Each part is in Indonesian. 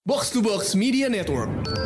Box to Box Media Network.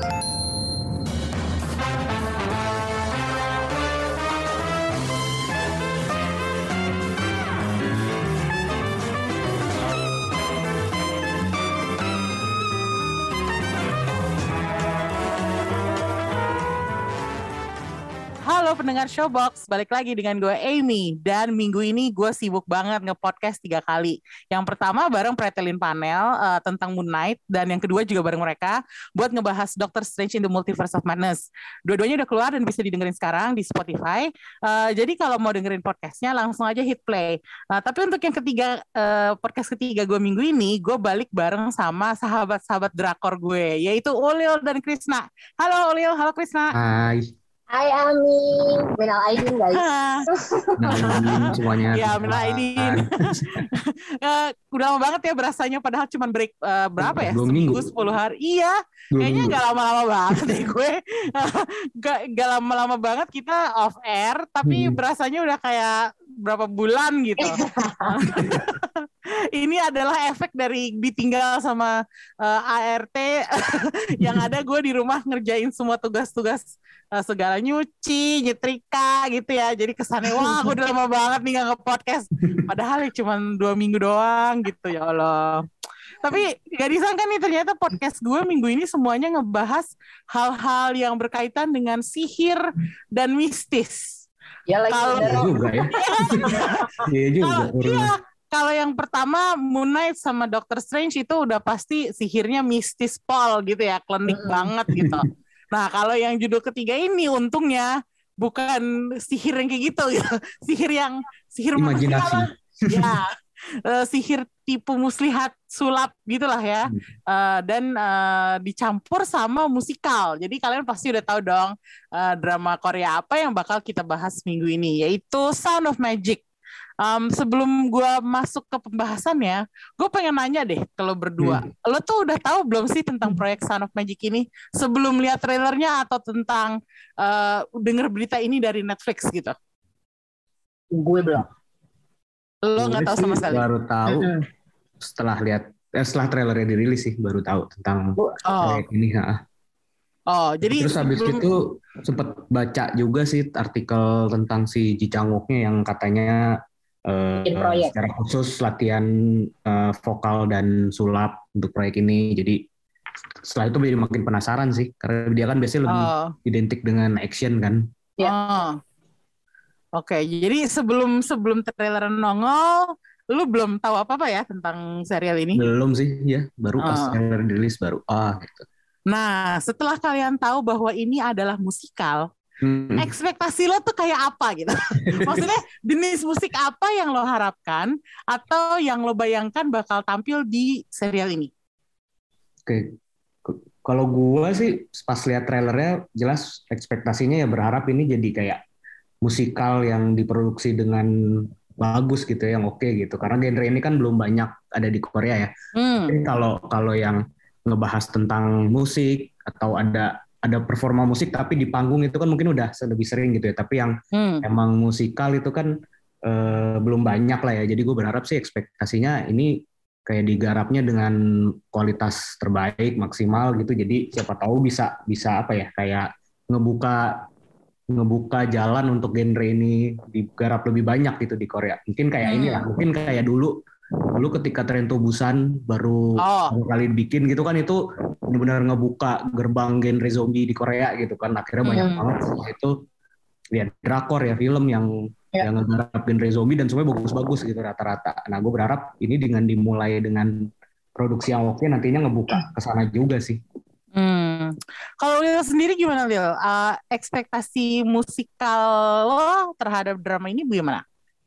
Halo pendengar Showbox, balik lagi dengan gue Amy. Dan minggu ini gue sibuk banget nge-podcast 3 kali. Yang pertama bareng Pretelin Panel tentang Moon Knight. Dan yang kedua juga bareng mereka buat ngebahas Doctor Strange in the Multiverse of Madness. Dua-duanya udah keluar dan bisa didengerin sekarang di Spotify. Jadi kalau mau dengerin podcastnya langsung aja hit play. Tapi untuk yang ketiga, podcast ketiga gue minggu ini, gue balik bareng sama sahabat-sahabat drakor gue, yaitu Ulil dan Krisna. Halo Ulil, halo Krisna. Hai. Hai Ami, minal aidin guys. Minal semuanya. Ya, minal aidin. Udah lama banget ya berasanya, padahal cuma break berapa ya? 2 minggu. 10 hari. Iya, kayaknya gak lama-lama banget deh gue. Gak lama-lama banget kita off air, tapi berasanya udah kayak berapa bulan gitu. Ini adalah efek dari ditinggal sama ART yang ada gue di rumah ngerjain semua tugas-tugas segala nyuci, nyetrika gitu ya. Jadi kesannya wah gue udah lama banget nih gak nge-podcast. Padahal ya cuma 2 minggu doang gitu, ya Allah. Tapi gak disangka nih ternyata podcast gue minggu ini semuanya ngebahas hal-hal yang berkaitan dengan sihir dan mistis. Ya lagi juga ya. Iya juga. Iya. Kalau yang pertama Moon Knight sama Doctor Strange itu udah pasti sihirnya mistis pol gitu ya, klinik banget gitu. Nah kalau yang judul ketiga ini untungnya bukan sihir yang kayak gitu ya. Sihir Imajinasi. Ya, sihir tipu muslihat sulap gitulah ya. Dan dicampur sama musikal. Jadi kalian pasti udah tahu dong drama Korea apa yang bakal kita bahas minggu ini, yaitu Sound of Magic. Sebelum gue masuk ke pembahasannya, gue pengen nanya deh ke lo berdua. Lo tuh udah tahu belum sih tentang proyek Sound of Magic ini? Sebelum lihat trailernya atau tentang denger berita ini dari Netflix gitu? Gue belum. Lo nggak tahu sama sekali? Baru tahu setelah trailernya dirilis sih, baru tahu tentang proyek ini. Oh, jadi terus habis itu sempat baca juga sih artikel tentang si Ji Chang-wooknya yang katanya secara khusus latihan vokal dan sulap untuk proyek ini. Jadi setelah itu jadi makin penasaran sih, karena dia kan biasanya lebih identik dengan action kan. Oke, jadi sebelum trailer nongol, lu belum tahu apa-apa ya tentang serial ini? Belum sih, ya baru pas trailer dirilis baru gitu. Nah, setelah kalian tahu bahwa ini adalah musikal, ekspektasi lo tuh kayak apa gitu? Maksudnya jenis musik apa yang lo harapkan atau yang lo bayangkan bakal tampil di serial ini? Oke, kalau gue sih pas lihat trailernya jelas ekspektasinya ya berharap ini jadi kayak musikal yang diproduksi dengan bagus gitu ya, yang oke gitu. Karena genre ini kan belum banyak ada di Korea ya. Mungkin kalau yang ngebahas tentang musik atau ada performa musik tapi di panggung itu kan mungkin udah lebih sering gitu ya. Tapi yang emang musikal itu kan belum banyak lah ya. Jadi gue berharap sih ekspektasinya ini kayak digarapnya dengan kualitas terbaik, maksimal gitu. Jadi siapa tahu bisa apa ya, kayak ngebuka jalan untuk genre ini digarap lebih banyak gitu di Korea. Mungkin kayak ini lah, mungkin kayak dulu ketika Train to Busan baru kali dibikin gitu kan, itu benar-benar ngebuka gerbang genre zombie di Korea gitu kan. Akhirnya banyak banget itu ya drakor ya, film yang ngegarap genre zombie dan semuanya bagus-bagus gitu rata-rata. Nah gue berharap ini dengan dimulai dengan produksi yang oke nantinya ngebuka kesana juga sih. Kalau Lil sendiri gimana Lil? Ekspektasi musikal lo terhadap drama ini gimana?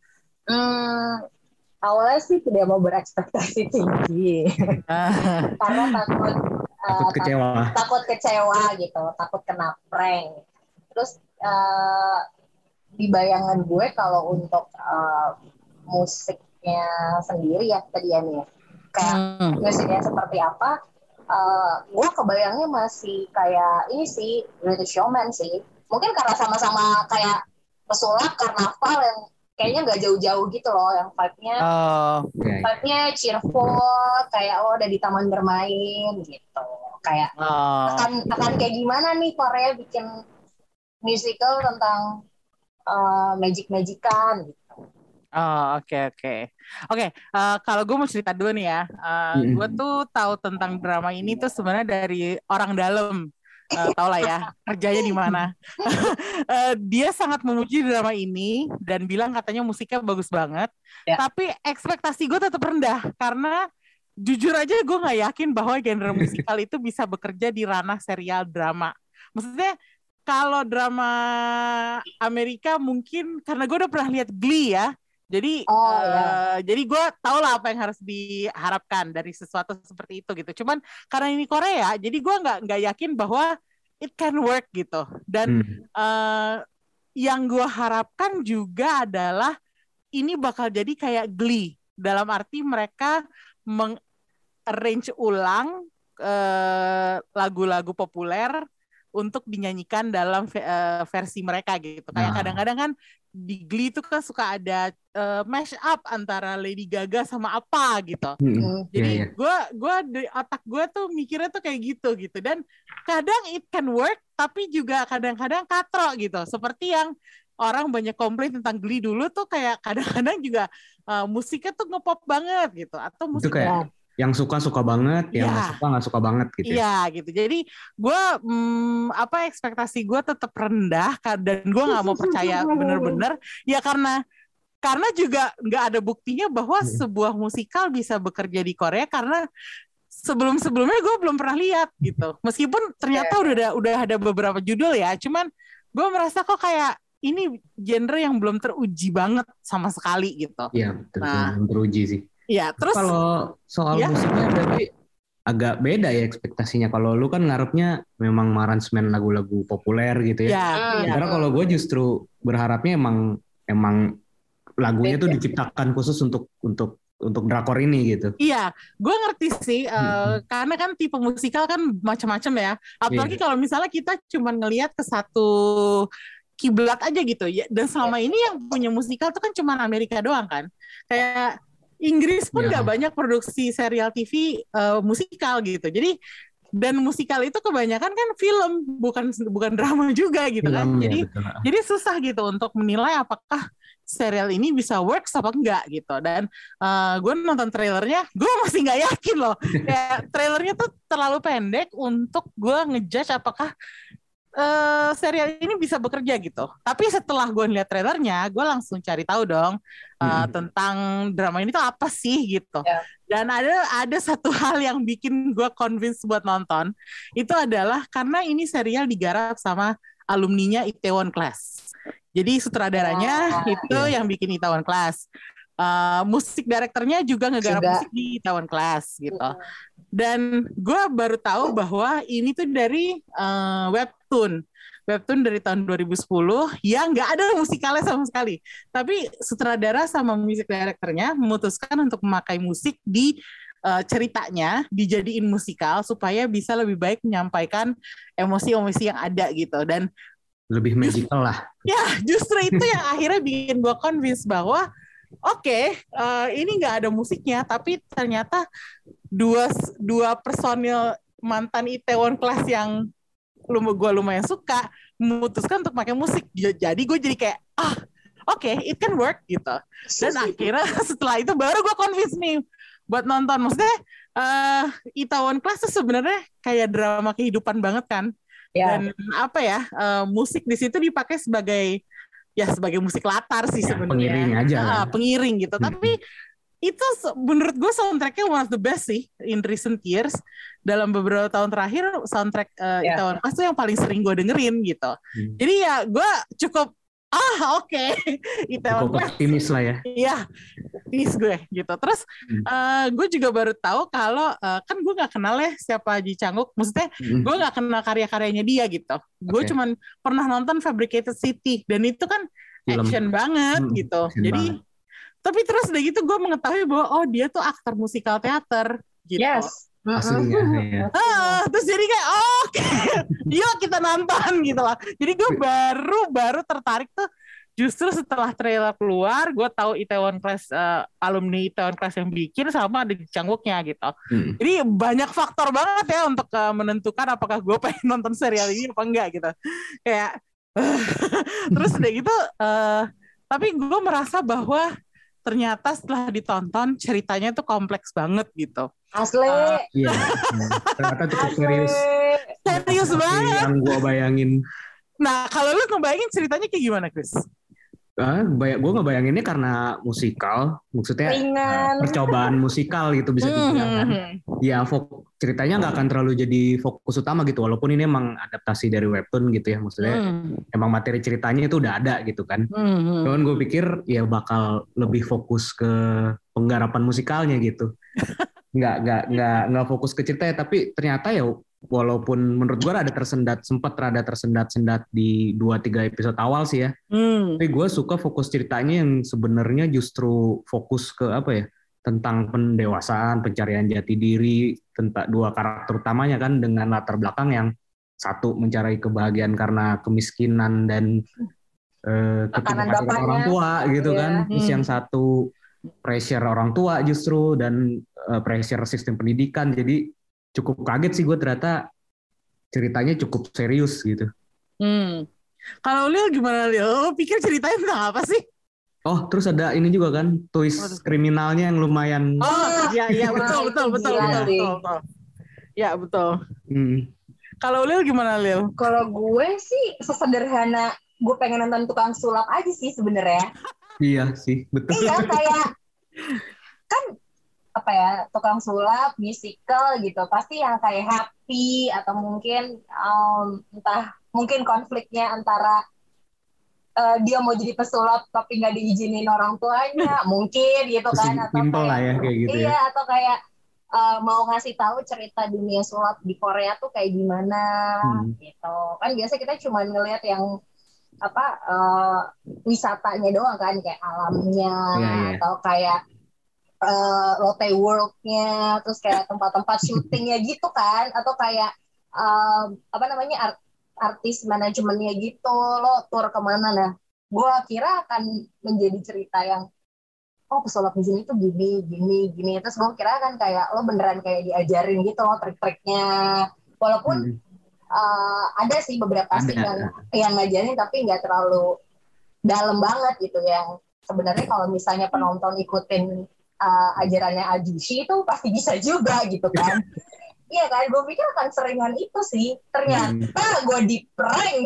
Awalnya sih tidak mau berekspektasi tinggi karena takut kecewa gitu, takut kena prank. Terus di bayangan gue kalau untuk musiknya sendiri ya tadi ya nih, kayak musiknya seperti apa, gue kebayangnya masih kayak ini sih, Greatest Showman sih. Mungkin karena sama-sama kayak pesulap karnaval yang kayaknya nggak jauh-jauh gitu loh, yang vibe-nya cheerful, kayak lo udah di taman bermain gitu. Kayak akan kayak gimana nih Korea bikin musical tentang magic-magican gitu. Oh, oke. Kalau gue mau cerita dulu nih ya. Gue tuh tahu tentang drama ini tuh sebenarnya dari orang dalam. Tau lah ya kerjanya di mana. Dia sangat memuji drama ini dan bilang katanya musiknya bagus banget. Tapi ekspektasi gue tetap rendah karena jujur aja gue nggak yakin bahwa genre musikal itu bisa bekerja di ranah serial drama. Maksudnya kalau drama Amerika mungkin karena gue udah pernah lihat Glee ya. Jadi jadi gue tau lah apa yang harus diharapkan dari sesuatu seperti itu gitu. Cuman karena ini Korea, jadi gue nggak yakin bahwa it can work gitu. Dan yang gue harapkan juga adalah ini bakal jadi kayak Glee. Dalam arti mereka arrange ulang lagu-lagu populer untuk dinyanyikan dalam versi mereka gitu. Kayak kadang-kadang kan di Glee itu kan suka ada mash up antara Lady Gaga sama apa gitu. Jadi gue di otak gue tuh mikirnya tuh kayak gitu. Dan kadang it can work, tapi juga kadang-kadang katro gitu. Seperti yang orang banyak komplain tentang Glee dulu tuh kayak kadang-kadang juga musiknya tuh ngepop banget gitu. Atau musik kayak yang suka banget, yang nggak suka banget gitu. Iya gitu. Jadi gue ekspektasi gue tetap rendah dan gue nggak mau percaya bener-bener ya karena juga nggak ada buktinya bahwa sebuah musikal bisa bekerja di Korea karena sebelumnya gue belum pernah lihat gitu. Meskipun ternyata udah ada beberapa judul ya, cuman gue merasa kok kayak ini genre yang belum teruji banget sama sekali gitu. Iya betul, belum teruji sih. Ya, terus kalau soal musiknya berarti agak beda ya ekspektasinya. Kalau lu kan ngarepnya memang aransemen lagu-lagu populer gitu ya. Karena kalau gue justru berharapnya emang lagunya tuh diciptakan khusus untuk drakor ini gitu. Iya, gue ngerti sih. Karena kan tipe musikal kan macam-macam ya. Apalagi kalau misalnya kita cuma ngelihat ke satu kiblat aja gitu ya. Dan selama ini yang punya musikal tuh kan cuma Amerika doang kan. Kayak Inggris pun nggak banyak produksi serial TV musikal gitu. Jadi dan musikal itu kebanyakan kan film, bukan drama juga gitu kan. Jadi susah gitu untuk menilai apakah serial ini bisa works apa enggak gitu. Dan gue nonton trailernya, gue masih nggak yakin loh. Kayak trailernya tuh terlalu pendek untuk gue ngejudge apakah serial ini bisa bekerja gitu. Tapi setelah gue lihat trailernya, gue langsung cari tahu dong tentang drama ini tuh apa sih gitu. Dan ada satu hal yang bikin gue convince buat nonton. Itu adalah karena ini serial digarap sama alumninya Itaewon Class. Jadi sutradaranya itu yang bikin Itaewon Class. Musik direkturnya juga ngegarap musik di Itaewon Class gitu. Dan gue baru tahu bahwa ini tuh dari webtoon dari tahun 2010 yang nggak ada musikalnya sama sekali. Tapi sutradara sama musik direkturnya memutuskan untuk memakai musik di ceritanya, dijadiin musikal supaya bisa lebih baik menyampaikan emosi-emosi yang ada gitu. Dan lebih magical lah. Ya justru itu yang akhirnya bikin gue convince bahwa ini nggak ada musiknya, tapi ternyata dua personil mantan Itaewon Class yang gue lumayan suka memutuskan untuk pakai musik. Jadi gue jadi kayak it can work gitu. Dan akhirnya setelah itu baru gue convince nih buat nonton. Maksudnya Itaewon Class tuh sebenarnya kayak drama kehidupan banget kan. Dan musik di situ dipakai sebagai musik latar sih sebenarnya. Pengiring aja. Pengiring gitu. Tapi itu menurut gue soundtracknya one of the best sih in recent years. Dalam beberapa tahun terakhir soundtrack Itaewon Class tuh yang paling sering gue dengerin gitu. Jadi ya gue cukup Itaewon Class optimis lah ya. Iya, optimis gue gitu. Terus gue juga baru tahu kalau kan gue nggak kenal ya siapa Ji Chang-wook. Maksudnya gue nggak kenal karya-karyanya dia gitu. Gue cuman pernah nonton Fabricated City dan itu kan action banget gitu. Jadi tapi terus udah gitu gue mengetahui bahwa dia tuh aktor musikal teater gitu. Aslinya ya. Terus jadi kayak yuk kita nonton gitu lah. Jadi gue baru tertarik tuh justru setelah trailer keluar, gue tahu Itaewon Class, alumni Itaewon Class yang bikin sama ada Ji Chang-wooknya gitu. Jadi banyak faktor banget ya untuk menentukan apakah gue pengen nonton serial ini apa enggak gitu. Kayak terus udah gitu, tapi gue merasa bahwa ternyata setelah ditonton ceritanya tuh kompleks banget gitu. Asli. Iya. Ternyata cukup serius. Serius banget. Yang gue bayangin. Nah, kalau lu ngebayangin ceritanya kayak gimana, Chris? Gue ngebayanginnya karena musikal, maksudnya percobaan musikal gitu bisa dibilang kan. Ya ceritanya nggak akan terlalu jadi fokus utama gitu, walaupun ini emang adaptasi dari webtoon gitu ya, maksudnya emang materi ceritanya itu udah ada gitu kan. Cuman gue pikir ya bakal lebih fokus ke penggarapan musikalnya gitu. Nggak fokus ke ceritanya, tapi ternyata ya walaupun menurut gue sempat rada tersendat di 2-3 episode awal sih ya. Tapi gue suka fokus ceritanya yang sebenarnya justru fokus ke tentang pendewasaan, pencarian jati diri, tentang dua karakter utamanya kan, dengan latar belakang yang satu mencari kebahagiaan karena kemiskinan dan ketidakadilan orang tua gitu kan. Terus yang satu pressure orang tua justru dan pressure sistem pendidikan. Jadi cukup kaget sih gue, ternyata ceritanya cukup serius gitu. Kalau Lil gimana Lil? Lo pikir ceritanya tentang apa sih? Oh, terus ada ini juga kan, twist kriminalnya yang lumayan. Oh, iya betul. Ya betul. Kalau Lil gimana Lil? Kalau gue sih sesederhana gue pengen nonton tukang sulap aja sih sebenarnya. Iya sih, betul. Iya kayak kan tukang sulap musical gitu, pasti yang kayak happy atau mungkin mungkin konfliknya antara dia mau jadi pesulap tapi nggak diizinin orang tuanya mungkin gitu kan, atau simple lah ya kayak gitu. Iya, atau kayak mau ngasih tahu cerita dunia sulap di Korea tuh kayak gimana gitu kan. Biasa kita cuma ngelihat yang wisatanya doang kan, kayak alamnya atau kayak Lotte World-nya, terus kayak tempat-tempat syutingnya gitu kan, atau kayak artis manajemennya gitu, lo tur kemana. Nah, gue kira akan menjadi cerita yang pesulap di sini tuh gini, terus gue kira kan kayak lo beneran kayak diajarin gitu lo trik-triknya, walaupun ada sih beberapa sih yang ngajarin tapi nggak terlalu dalam banget gitu, yang sebenarnya kalau misalnya penonton ikutin ajarannya Ajushi itu pasti bisa juga gitu kan. Iya kan, gue pikir akan seringan itu sih, ternyata gue di-prank.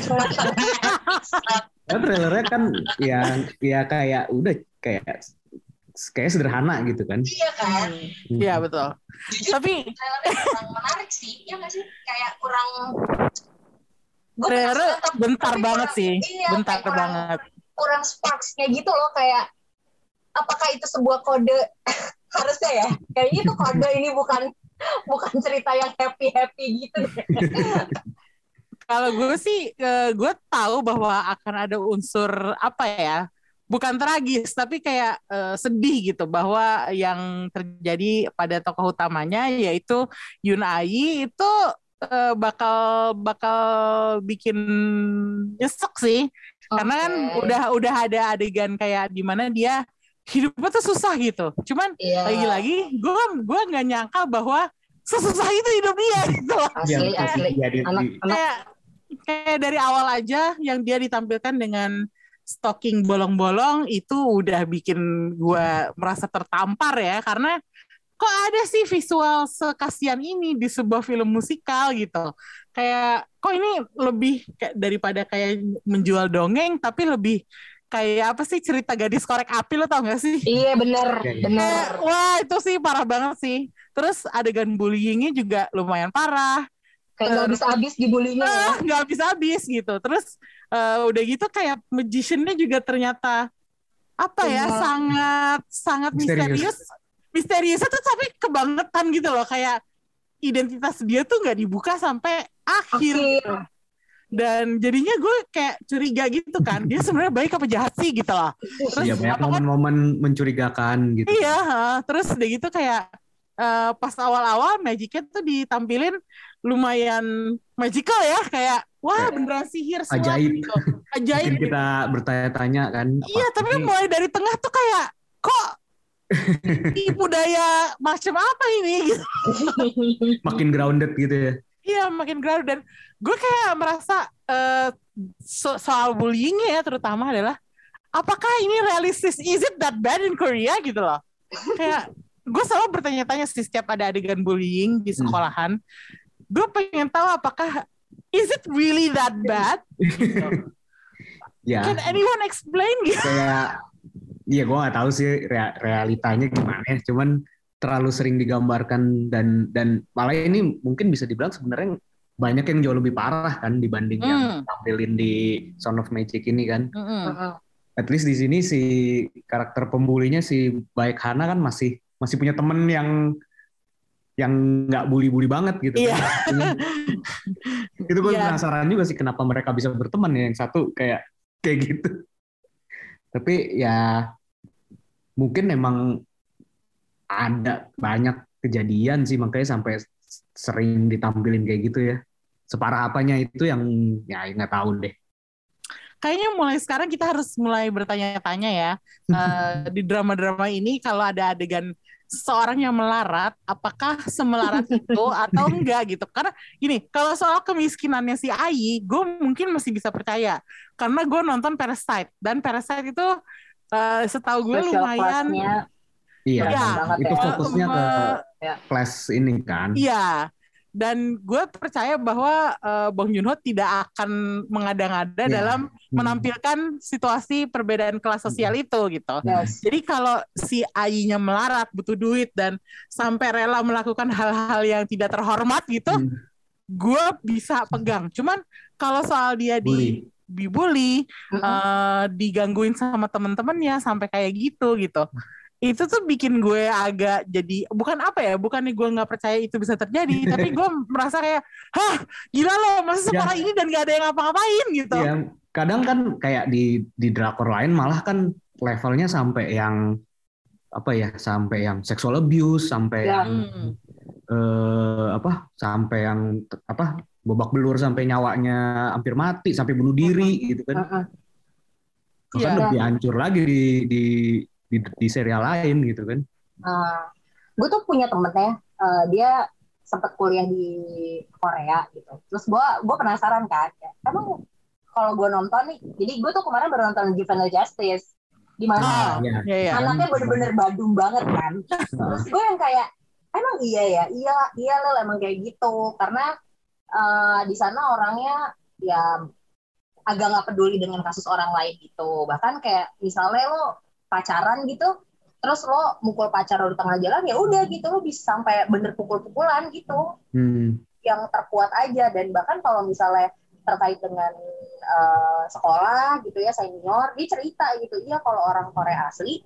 Trailernya kan ya kayak udah kayak sederhana gitu kan. Iya kan. Iya betul. Jujur, tapi trailernya kurang menarik sih, ya nggak sih? Kayak kurang. Trailernya bentar banget sih, bentar banget. Kurang sparks-nya gitu loh, kayak apakah itu sebuah kode? Harusnya ya, kayaknya itu kode, ini bukan cerita yang happy gitu. Kalau gue sih, gue tahu bahwa akan ada unsur bukan tragis tapi kayak sedih gitu, bahwa yang terjadi pada tokoh utamanya yaitu Yoon Ai itu bakal bikin nyesek sih, karena kan udah ada adegan kayak di mana dia hidupnya tuh susah gitu. Cuman lagi-lagi gue nggak nyangka bahwa sesusah itu hidup dia gitu. Asli. Kayak dari awal aja yang dia ditampilkan dengan stocking bolong-bolong itu udah bikin gue merasa tertampar ya, karena kok ada sih visual sekasian ini di sebuah film musikal gitu. Kayak kok ini lebih daripada kayak menjual dongeng, tapi lebih kayak apa sih, cerita gadis korek api, lo tau gak sih? Iya bener. Wah itu sih parah banget sih. Terus adegan bullyingnya juga lumayan parah. Kayak gak habis-habis dibulinya. Gak habis-habis gitu. Terus udah gitu kayak magiciannya juga ternyata sangat misterius tuh sampai kebangetan gitu loh. Kayak identitas dia tuh gak dibuka sampai akhir. Gitu. Dan jadinya gue kayak curiga gitu kan, dia sebenarnya baik apa jahat sih gitu loh. Terus banyak momen-momen mencurigakan gitu. Iya, terus udah gitu kayak pas awal-awal magicnya tuh ditampilin lumayan magical ya, kayak wah Kayak beneran sihir semua ajaib. gitu. Ajaib. Bikin kita bertanya-tanya kan. Iya, tapi mulai dari tengah tuh kayak kok tipu daya macam apa ini gitu. makin grounded gitu ya. Iya, makin grounded. Dan gue kayak merasa soal bullyingnya ya terutama adalah apakah ini realistis? Is it that bad in Korea gitu loh. Kayak gue selalu bertanya-tanya sih setiap ada adegan bullying di sekolahan. Gue pengen tahu apakah is it really that bad? Gitu. Ya. Can anyone explain gitu? Kayak iya, gue nggak tahu sih realitanya gimana ya. Cuman terlalu sering digambarkan dan malah ini mungkin bisa dibilang sebenarnya banyak yang jauh lebih parah kan dibanding yang tampilin di Sound of Magic ini kan. At least di sini si karakter pembulinya si Baek Hana kan masih punya temen yang nggak bully-bully banget gitu. Iya. Kan. Itu gue penasaran juga sih kenapa mereka bisa berteman ya. Yang satu kayak gitu. Tapi ya mungkin memang ada banyak kejadian sih makanya sampai sering ditampilin kayak gitu ya. Separah apanya itu yang ya nggak tahu deh. Kayaknya mulai sekarang kita harus mulai bertanya-tanya ya. Di drama-drama ini kalau ada adegan seseorang yang melarat, apakah semelarat itu atau enggak gitu. Karena gini, kalau soal kemiskinannya si Ai, gue mungkin masih bisa percaya. Karena gue nonton Parasite. Dan Parasite itu setahu gue lumayan. Iya, ya, itu fokusnya ke class ini kan. Iya. Dan gue percaya bahwa Bong Joon-ho tidak akan mengada-ngada dalam menampilkan situasi perbedaan kelas sosial itu gitu. Yes. Jadi kalau si Ai-nya melarat, butuh duit dan sampai rela melakukan hal-hal yang tidak terhormat gitu, gue bisa pegang. Cuman kalau soal dia dibully, digangguin sama temen-temennya sampai kayak gitu. Itu tuh bikin gue agak jadi bukannya gue nggak percaya itu bisa terjadi, tapi gue merasa kayak gila loh, masa separah ini dan nggak ada yang ngapa-ngapain gitu. Iya, kadang kan kayak di drakor lain malah kan levelnya sampai yang sampai yang sexual abuse, sampai yang sampai yang babak belur sampai nyawanya hampir mati, sampai bunuh diri gitu kan. Bahkan lebih hancur lagi di serial lain gitu kan. Gue tuh punya temennya, dia sempat kuliah di Korea gitu. Terus gue penasaran kan, emang kalau gue nonton nih, jadi gue tuh kemarin baru nonton Juvenile Justice, di mana anaknya bener-bener badung banget kan. Terus gue yang kayak, emang iya lo emang kayak gitu, karena di sana orangnya ya agak nggak peduli dengan kasus orang lain gitu. Bahkan kayak misalnya lo pacaran gitu, terus lo mukul pacar lo di tengah jalan, ya udah gitu, lo bisa sampai bener pukul-pukulan gitu, yang terkuat aja. Dan bahkan kalau misalnya terkait dengan sekolah gitu ya, senior, dia cerita gitu, iya kalau orang Korea asli,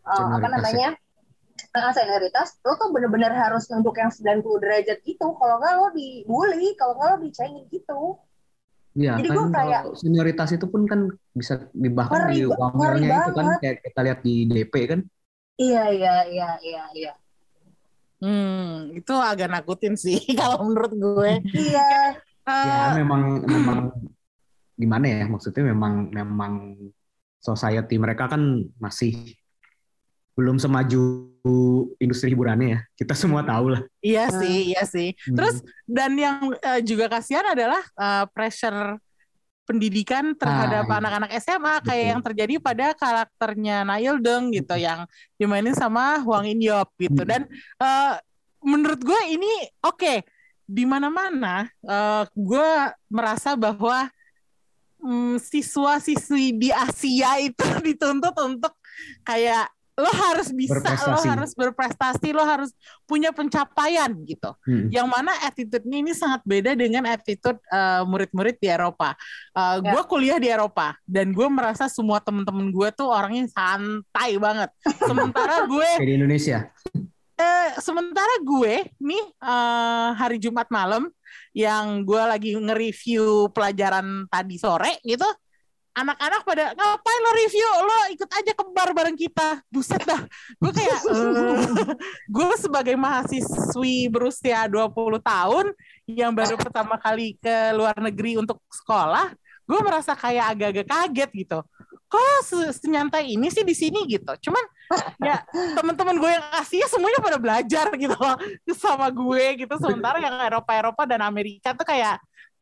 senioritas, lo tuh bener-bener harus nunduk yang 90 derajat gitu, kalau nggak lo dibully, kalau nggak lo dicengin gitu. Iya, jadi kan kayak senioritas itu pun kan bisa bahkan di wamilnya itu kan kayak kita lihat di DP kan. Iya. Itu agak nakutin sih kalau menurut gue. Iya. Ya memang gimana ya, maksudnya memang society mereka kan masih belum semaju industri hiburannya ya. Kita semua tahu lah. Iya sih. Terus dan yang juga kasihan adalah pressure pendidikan terhadap anak-anak SMA kayak yang terjadi pada karakternya Nail Deng gitu, yang dimainin sama Hwang In Yop gitu. Dan menurut gue ini di mana-mana gue merasa bahwa siswa-siswi di Asia itu dituntut untuk kayak lo harus bisa, lo harus berprestasi, lo harus punya pencapaian gitu. Yang mana attitude-nya ini sangat beda dengan attitude murid-murid di Eropa. Gue kuliah di Eropa dan gue merasa semua temen-temen gue tuh orangnya santai banget. Sementara gue di Indonesia. Sementara gue nih hari Jumat malam yang gue lagi nge-review pelajaran tadi sore gitu, anak-anak pada ngapain lo review, lo ikut aja ke bar bareng kita. Buset dah, gue kayak gue sebagai mahasiswi berusia 20 tahun yang baru pertama kali ke luar negeri untuk sekolah, gue merasa kayak agak-agak kaget gitu. Kok senyantai ini sih di sini gitu. Cuman ya teman-teman gue yang Asia semuanya pada belajar gitu loh sama gue gitu. Sementara yang Eropa dan Amerika tuh kayak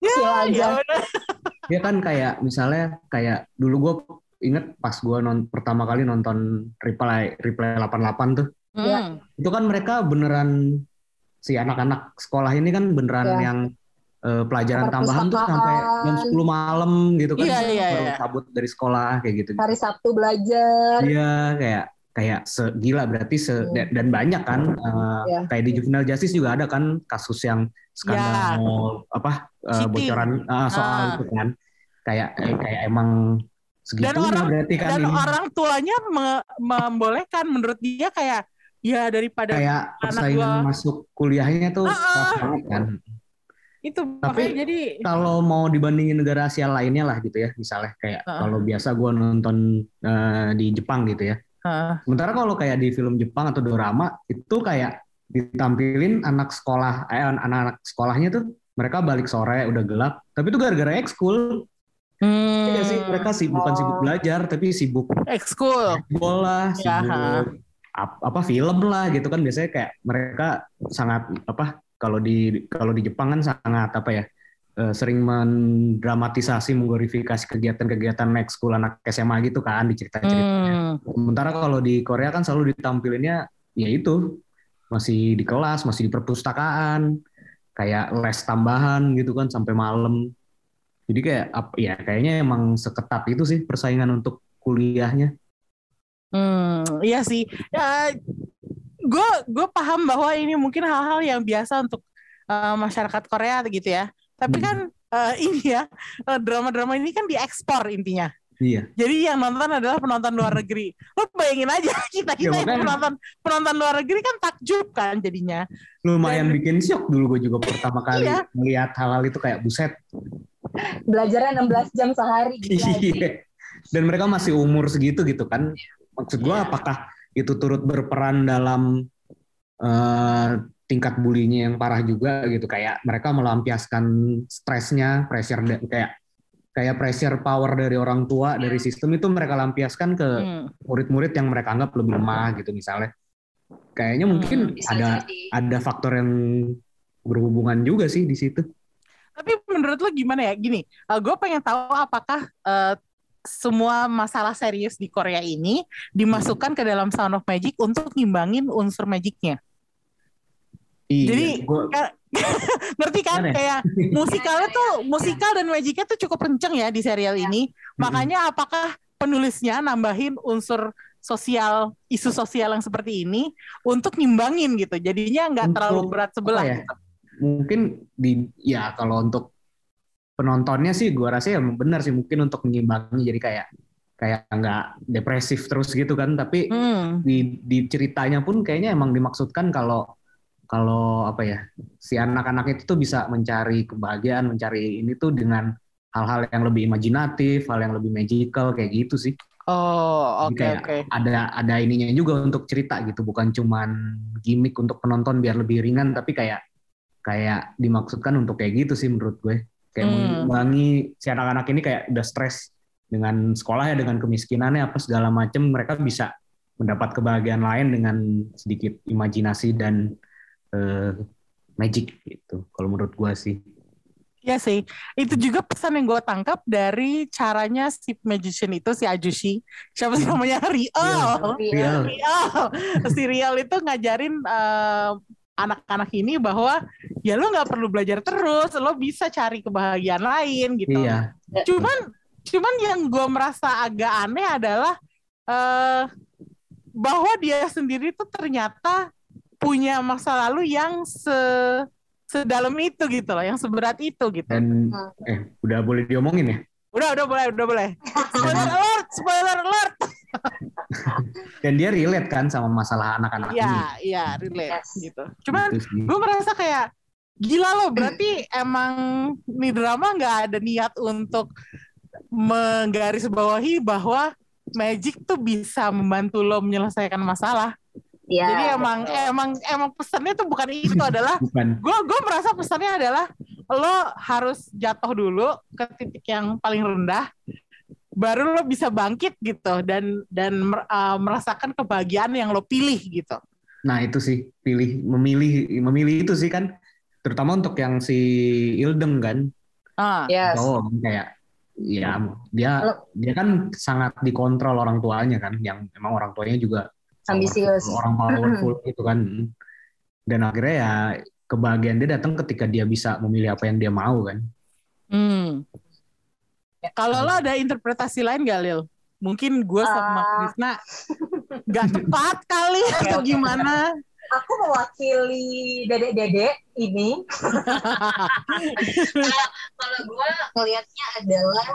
ya udah. Dia kan kayak misalnya kayak dulu gue inget pas gue pertama kali nonton Reply 88 tuh. Itu kan mereka beneran si anak-anak sekolah ini kan beneran yang pelajaran tambahan tuh sampai jam 10 malam gitu kan. Baru cabut dari sekolah kayak gitu. Hari Sabtu belajar. Iya, kayak gila berarti dan banyak kan kayak di Juvenile Justice juga ada kan kasus yang skandal bocoran soal itu kan. Kayak emang segitunya berarti kan. Dan orang tuanya membolehkan, menurut dia kayak ya daripada kayak persaingan masuk kuliahnya tuh keras banget kan. Itu tapi jadi kalau mau dibandingin negara Asia lainnya lah gitu ya, misalnya kayak kalau biasa gue nonton di Jepang gitu ya, sementara kalau kayak di film Jepang atau dorama itu kayak ditampilin anak-anak sekolahnya tuh mereka balik sore udah gelap, tapi itu gara-gara ekskul. Iya sih, mereka bukan sibuk belajar tapi sibuk ekskul bola, sibuk film lah gitu kan. Biasanya kayak mereka sangat kalau di Jepang kan sangat sering mendramatisasi, mengglorifikasi kegiatan-kegiatan ekskul anak SMA gitu kan di cerita-ceritanya. Sementara kalau di Korea kan selalu ditampilinnya ya itu masih di kelas, masih di perpustakaan, kayak les tambahan gitu kan sampai malam. Jadi kayak kayaknya emang seketat itu sih persaingan untuk kuliahnya. Iya sih. Gue paham bahwa ini mungkin hal-hal yang biasa untuk masyarakat Korea gitu ya. Tapi kan drama-drama ini kan diekspor intinya. Iya. Jadi yang nonton adalah penonton luar negeri. Lo bayangin aja kita yang penonton luar negeri kan takjub kan jadinya. Lumayan bikin syok dulu gue juga pertama kali melihat hal-hal itu kayak buset. Belajarnya 16 jam sehari. Iya. Dan mereka masih umur segitu gitu kan. Maksud gue apakah itu turut berperan dalam tingkat bulinya yang parah juga gitu, kayak mereka melampiaskan stresnya, pressure kayak pressure power dari orang tua, dari sistem itu mereka lampiaskan ke murid-murid yang mereka anggap lebih lemah gitu misalnya. Kayaknya mungkin ada faktor yang berhubungan juga sih di situ. Tapi menurut lo gimana ya? Gini, gue pengen tahu apakah semua masalah serius di Korea ini dimasukkan ke dalam Sound of Magic untuk ngimbangin unsur magicnya. Iya, jadi ngerti kan kayak musikal dan magicnya tuh cukup kenceng ya di serial ini. Makanya apakah penulisnya nambahin unsur sosial, isu sosial yang seperti ini untuk ngimbangin gitu. Jadinya nggak terlalu berat sebelah gitu. Mungkin kalau untuk penontonnya sih gue rasa ya benar sih, mungkin untuk mengimbangi jadi kayak nggak depresif terus gitu kan. Tapi di ceritanya pun kayaknya emang dimaksudkan kalau si anak-anak itu tuh bisa mencari kebahagiaan, mencari ini tuh dengan hal-hal yang lebih imajinatif, hal yang lebih magical kayak gitu sih. Oke. Ada ininya juga untuk cerita gitu, bukan cuman gimmick untuk penonton biar lebih ringan, tapi kayak dimaksudkan untuk kayak gitu sih menurut gue. Kayak mengimbangi si anak-anak ini kayak udah stres dengan sekolah ya, dengan kemiskinannya apa segala macem, mereka bisa mendapat kebahagiaan lain dengan sedikit imajinasi dan magic gitu, kalau menurut gue sih. Iya sih, itu juga pesan yang gue tangkap dari caranya si magician itu, si Ajushi, siapa sih namanya? Rial. Si Rial itu ngajarin anak-anak ini bahwa ya lo nggak perlu belajar terus, lo bisa cari kebahagiaan lain gitu. Iya. Cuman yang gue merasa agak aneh adalah bahwa dia sendiri tuh ternyata punya masa lalu yang sedalam itu gitu loh, yang seberat itu gitu. Dan udah boleh diomongin ya? Udah boleh. Spoiler alert. Dan dia relate kan sama masalah anak-anak ini. Iya, relate gitu. Cuman gue merasa kayak gila loh, berarti emang nih drama nggak ada niat untuk menggarisbawahi bahwa magic tuh bisa membantu lo menyelesaikan masalah. Iya. Jadi emang pesannya tuh bukan itu adalah gue merasa pesannya adalah lo harus jatuh dulu ke titik yang paling rendah, baru lo bisa bangkit gitu dan merasakan kebahagiaan yang lo pilih gitu. Nah itu sih memilih itu sih kan, terutama untuk yang si Ildeng kan. Yes. Kayak ya dia kan sangat dikontrol orang tuanya kan, yang emang orang tuanya juga ambisius, orang powerful gitu kan. Dan akhirnya ya kebahagiaan dia datang ketika dia bisa memilih apa yang dia mau kan. Kalau lo ada interpretasi lain gak, Lil? Mungkin gue sama Krisna gak tepat kali atau gimana? Aku mewakili dedek-dedek ini. Kalau gue ngelihatnya adalah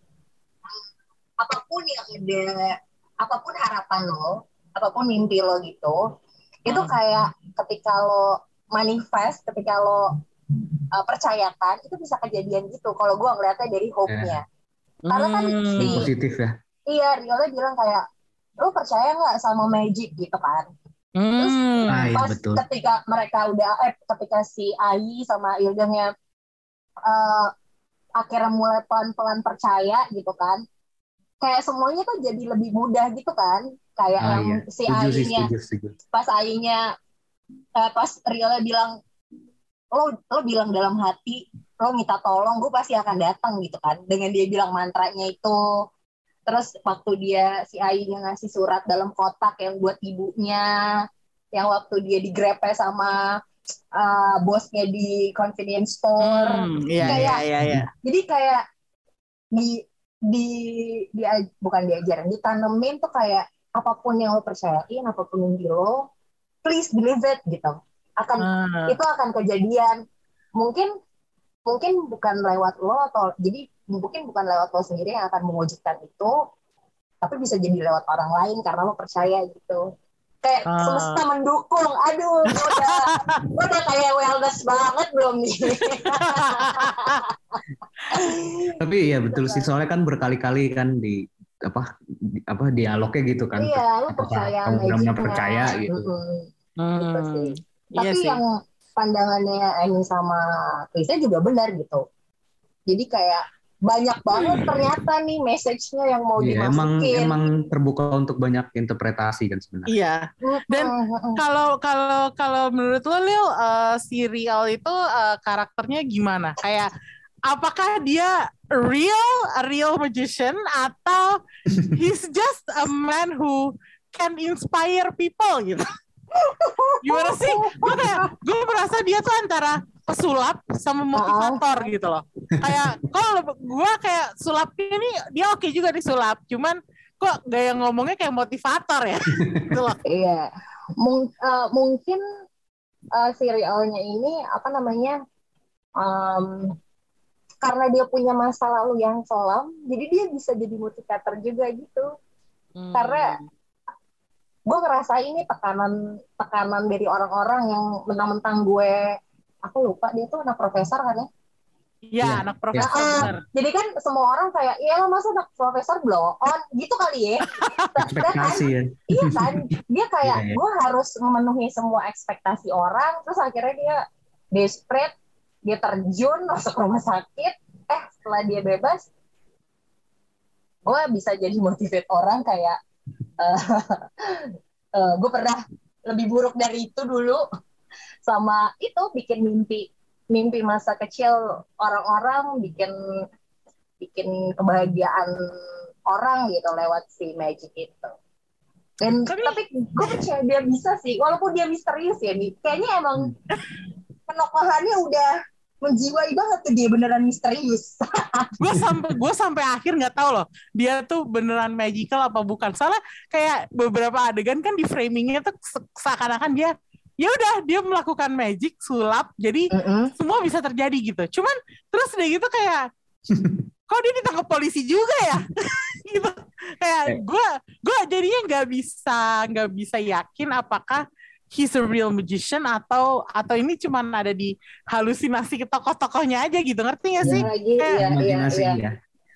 apapun yang ada, apapun harapan lo, apapun mimpi lo gitu, itu kayak ketika lo manifest, ketika lo percayakan, itu bisa kejadian gitu. Kalau gue ngeliatnya dari hope-nya. Karena kan positif ya. Iya, Riola bilang kayak, lo percaya nggak sama magic gitu kan? Terus pas betul. ketika mereka ketika si Ai sama Ildengnya akhirnya mulai pelan-pelan percaya gitu kan, kayak semuanya tuh jadi lebih mudah gitu kan. Kayak yang si Ai-nya, pas Ai-nya, pas Riola bilang, lo bilang dalam hati, lo minta tolong, gue pasti akan datang gitu kan. Dengan dia bilang mantranya itu. Terus waktu si Ai-nya ngasih surat dalam kotak yang buat ibunya, yang waktu dia digrepe sama bosnya di convenience store. Iya. Jadi kayak bukan diajarin, ditanemin tuh kayak apapun yang lo percayain, apapun yang di lo, please believe it gitu. Itu akan kejadian. Mungkin bukan lewat lo, atau jadi mungkin bukan lewat lo sendiri yang akan mewujudkan itu, tapi bisa jadi lewat orang lain karena lo percaya gitu. Kayak semesta mendukung. Aduh, gue udah kayak wellness banget belum nih. Tapi ya betul sih, soalnya kan berkali-kali kan di dialognya gitu kan. Iya, lo percaya kamu benar-benar percaya gitu. Gitu sih. Iya Tapi sih. yang pandangannya Amy sama Krisnya juga benar gitu. Jadi kayak banyak banget ternyata nih message-nya yang mau dimasukin. Emang terbuka untuk banyak interpretasi kan sebenarnya. Iya. Dan kalau menurut lo, Lil, si Rial itu karakternya gimana? Kayak apakah dia a real magician, atau he's just a man who can inspire people gitu? Gimana sih? Gue merasa dia tuh antara pesulap sama motivator gitu loh. Kayak kalau gue kayak sulapnya ini dia oke juga disulap, cuman kok gaya ngomongnya kayak motivator ya gitu loh. Iya. Mungkin serialnya ini apa namanya, karena dia punya masa lalu yang kelam, jadi dia bisa jadi motivator juga gitu. Karena gue ngerasa ini tekanan dari orang-orang yang mentang-mentang aku lupa dia tuh anak profesor kan ya? Iya, anak profesor. Jadi kan semua orang kayak, iyalah masa anak profesor blow on gitu kali ya. Ekspektasi ya. Iya kan, dia kayak gue harus memenuhi semua ekspektasi orang, terus akhirnya dia desperate, dia terjun masuk rumah sakit. Setelah dia bebas, gue bisa jadi motivate orang kayak, gue pernah lebih buruk dari itu dulu, sama itu bikin mimpi masa kecil orang-orang, bikin kebahagiaan orang gitu lewat si magic itu. Dan tapi gue percaya dia bisa sih, walaupun dia misterius ya nih, kayaknya emang penokohannya udah menjiwai banget tuh, dia beneran misterius. Gue sampai akhir nggak tahu loh dia tuh beneran magical apa bukan. Soalnya kayak beberapa adegan kan di framingnya tuh seakan-akan dia ya udah dia melakukan magic sulap, jadi semua bisa terjadi gitu. Cuman terus udah gitu kayak kok dia ditangkap polisi juga ya gitu. Kayak gue jadinya nggak bisa yakin apakah he's a real magician atau ini cuman ada di halusinasi tokoh-tokohnya aja gitu, ngerti gak sih? Imajinasi ya.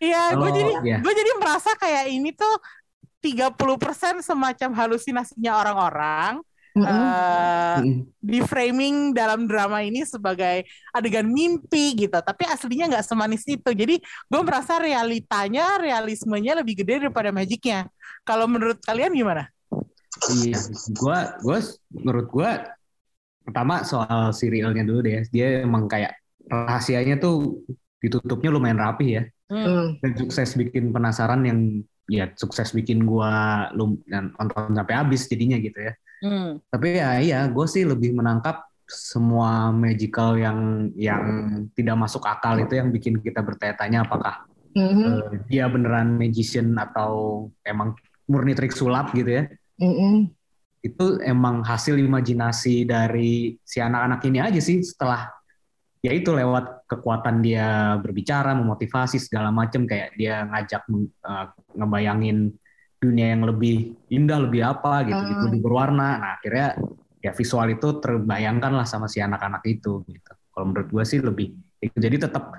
Iya, Oh, iya. gue jadi merasa kayak ini tuh 30% semacam halusinasinya orang-orang di framing dalam drama ini sebagai adegan mimpi gitu, tapi aslinya nggak semanis itu. Jadi gue merasa realismenya lebih gede daripada magicnya. Kalau menurut kalian gimana? Iya, menurut gue pertama soal serialnya dulu deh. Dia emang kayak rahasianya tuh ditutupnya lumayan rapi ya. Dan sukses bikin penasaran yang ya sukses bikin gue nonton sampai habis jadinya gitu ya. Tapi ya gue sih lebih menangkap semua magical yang tidak masuk akal itu yang bikin kita bertanya-tanya apakah dia beneran magician atau emang murni trik sulap gitu ya. Itu emang hasil imajinasi dari si anak-anak ini aja sih, setelah ya itu lewat kekuatan dia berbicara, memotivasi segala macam, kayak dia ngajak ngebayangin dunia yang lebih indah, lebih apa gitu, lebih berwarna. Nah akhirnya ya visual itu terbayangkan lah sama si anak-anak itu gitu. Kalau menurut gue sih lebih itu. Jadi tetap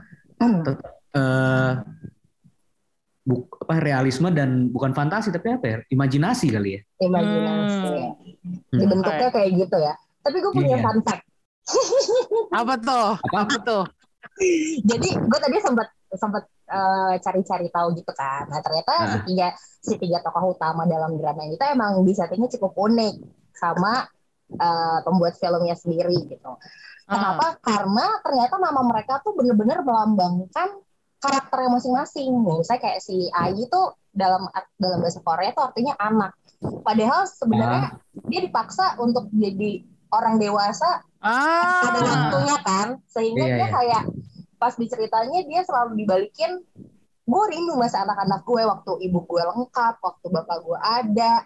realisme dan bukan fantasi, tapi apa ya, imajinasi kali ya. Imajinasi. Dibentuknya kayak gitu ya. Tapi gue punya fun fact. Apa tuh? Jadi gue tadi sempat cari-cari tahu gitu kan. Nah ternyata si tiga tokoh utama dalam drama ini tuh emang disettingnya cukup unik sama pembuat filmnya sendiri gitu. Kenapa? Karena ternyata nama mereka tuh bener-bener melambangkan karakternya masing-masing. Misalnya kayak si Ai tuh dalam bahasa Korea tuh artinya anak. Padahal sebenarnya dia dipaksa untuk jadi orang dewasa pada waktunya kan. Sehingga dia kayak pas diceritanya dia selalu dibalikin, gue rindu masa anak-anak gue waktu ibu gue lengkap, waktu bapak gue ada,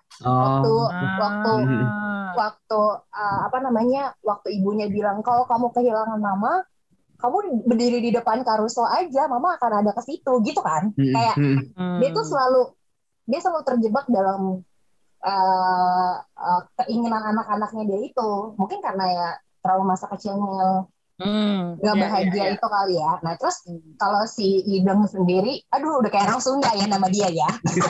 waktu ibunya bilang kalau kamu kehilangan mama, kamu berdiri di depan karusel aja, mama akan ada ke situ, gitu kan? Kayak dia tuh selalu terjebak dalam keinginan anak-anaknya dia itu. Mungkin karena ya trauma masa kecilnya gak bahagia itu kali ya. Nah terus kalau si Ideng sendiri, aduh udah kayak orang Sunda ya nama dia ya.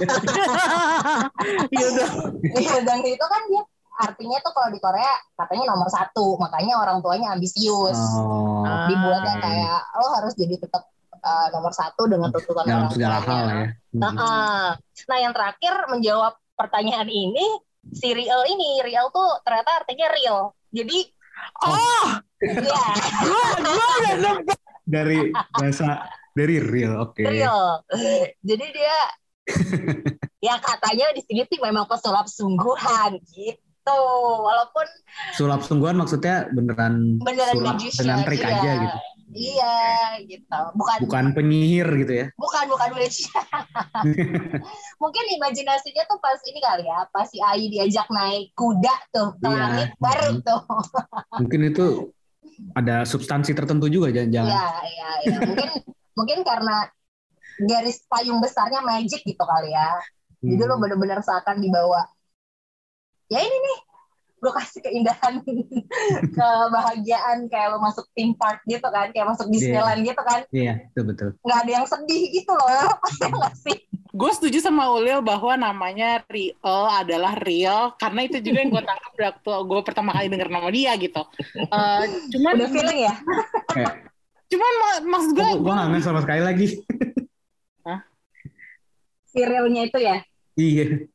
Ideng itu kan dia artinya tuh kalau di Korea katanya nomor 1, makanya orang tuanya ambisius. Dibuatnya kayak lo harus jadi tetap nomor 1 dengan tuntutan orang tuanya. Nah yang terakhir menjawab pertanyaan ini, si real tuh ternyata artinya real. Jadi dari real, oke. Real. Jadi dia ya katanya di sini sih memang pesulap sungguhan gitu. Walaupun sulap sungguhan maksudnya beneran sulap dengan trik aja gitu. Iya, gitu. Bukan penyihir gitu ya. Bukan witch. Mungkin imajinasinya tuh pas ini kali ya, pas si Ai diajak naik kuda tuh ke langit baru tuh. Mungkin itu ada substansi tertentu juga jangan-jangan. Iya. Mungkin karena garis payung besarnya magic gitu kali ya. Jadi lo benar-benar seakan dibawa. Ya ini nih, gue kasih keindahan, kebahagiaan kayak lo masuk theme park gitu kan, kayak masuk Disneyland gitu kan. Iya, betul. Nggak ada yang sedih gitu loh, nggak sih? Gue setuju sama Ulil bahwa namanya Real adalah real, karena itu juga yang gue tangkap waktu gue pertama kali denger nama dia gitu. Cuman udah feeling ya? Cuman maksud gue nggak sama sekali lagi. Si realnya itu ya? Iya.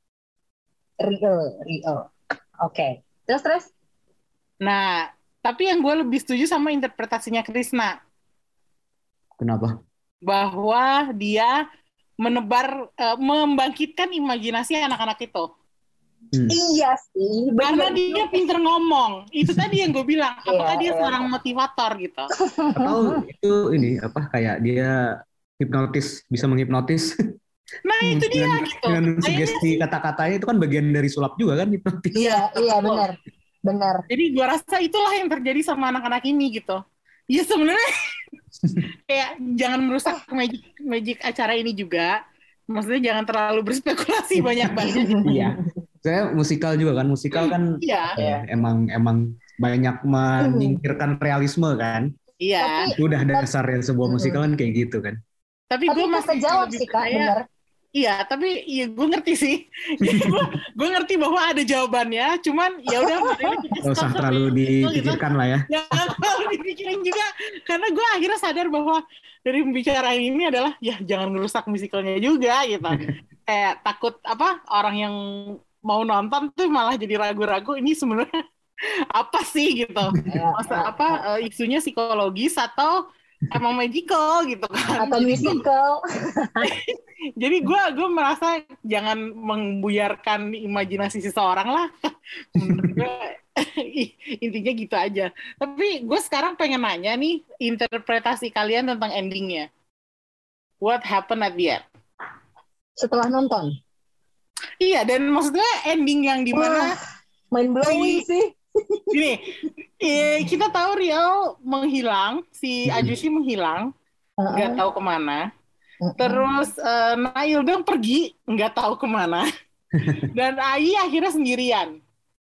Real. Oke. Terus? Nah, tapi yang gue lebih setuju sama interpretasinya Krisna. Kenapa? Bahwa dia membangkitkan imajinasi anak-anak itu. Iya sih. Karena dia pinter ngomong. Itu tadi yang gue bilang. Apakah dia seorang motivator gitu? Atau itu kayak dia hipnotis, bisa menghipnotis. Nah itu dia gitu. Dengan sugesti kata-katanya itu kan bagian dari sulap juga kan, hipnotis. Iya benar. Jadi gue rasa itulah yang terjadi sama anak-anak ini gitu. Ya sebenarnya kayak jangan merusak magic acara ini juga. Maksudnya jangan terlalu berspekulasi banyak-banyak. Iya. Saya musikal juga kan. Musikal kan emang banyak menyingkirkan realisme kan. Iya. Itu udah dasarnya sebuah musikal kan kayak gitu kan. Tapi gue itu masih kejawab lebih sih Kak, percaya. bener. Iya, tapi iya gue ngerti sih. Gue ngerti bahwa ada jawabannya, cuman ya udah Nggak usah terlalu dipikirkan lah ya. Jangan terlalu dipikirin juga, karena gue akhirnya sadar bahwa dari pembicaraan ini adalah ya jangan ngerusak musikalnya juga gitu. Kayak takut orang yang mau nonton tuh malah jadi ragu-ragu ini sebenarnya apa sih gitu. Isunya psikologis atau emang magical gitu kan. Atau musical. Jadi gue merasa jangan membuyarkan imajinasi seseorang lah. Menurut gue intinya gitu aja. Tapi gue sekarang pengen nanya nih, interpretasi kalian tentang endingnya. What happened at the end? Setelah nonton. Iya, dan maksudnya ending yang dimana mind blowing sih. gini, kita tahu Riel menghilang, si Ajushi menghilang, nggak tahu kemana. Terus Nail dong pergi, nggak tahu kemana. Dan Ai akhirnya sendirian.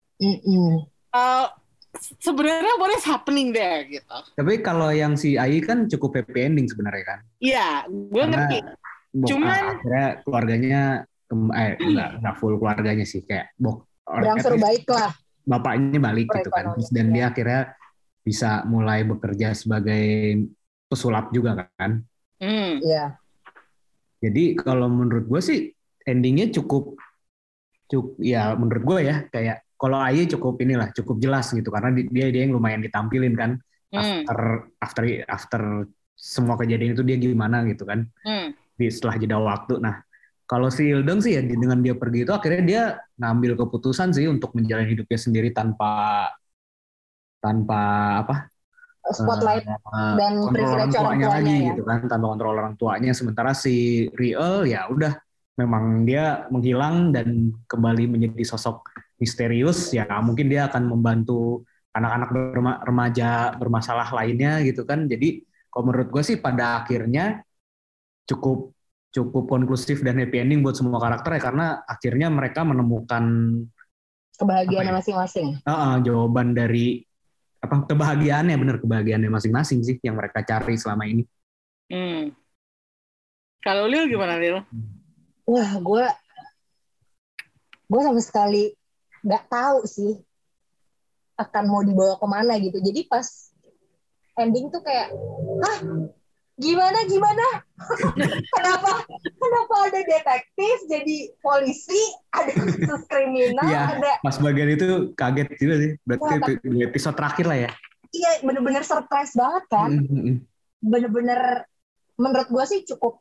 Sebenarnya what is happening there gitu. Tapi kalau yang si Ai kan cukup happy ending sebenarnya kan. Iya, gue ngerti. Cuman akhirnya keluarganya nggak full keluarganya sih, kayak berangsur baik lah. Bapaknya balik gitu kan. Dan dia akhirnya bisa mulai bekerja sebagai pesulap juga kan. Iya. Jadi kalau menurut gue sih endingnya cukup ya menurut gue ya, kayak kalau Ai cukup jelas gitu, karena dia yang lumayan ditampilin kan after semua kejadian itu dia gimana gitu kan setelah jeda waktu. Nah kalau si Hildeng sih ya dengan dia pergi itu akhirnya dia ngambil keputusan sih untuk menjalani hidupnya sendiri tanpa spotlight dan privilege orang tuanya lagi ya. gitu kan, tanpa kontrol orang tuanya. Sementara si Riel ya udah memang dia menghilang dan kembali menjadi sosok misterius, ya mungkin dia akan membantu anak-anak remaja bermasalah lainnya gitu kan. Jadi kalau menurut gue sih pada akhirnya cukup konklusif dan happy ending buat semua karakter ya, karena akhirnya mereka menemukan kebahagiaan masing-masing. Jawaban dari kebahagiaannya masing-masing sih yang mereka cari selama ini. Kalau Lil gimana Lil? Wah, gue sama sekali nggak tahu sih akan mau dibawa kemana gitu. Jadi pas ending tuh kayak, gimana? Kenapa ada detektif jadi polisi, ada kasus kriminal, ada. Pas bagian itu kaget juga sih. Berarti di episode terakhir lah ya. Iya, bener-bener surprise banget kan. Bener-bener menurut gue sih cukup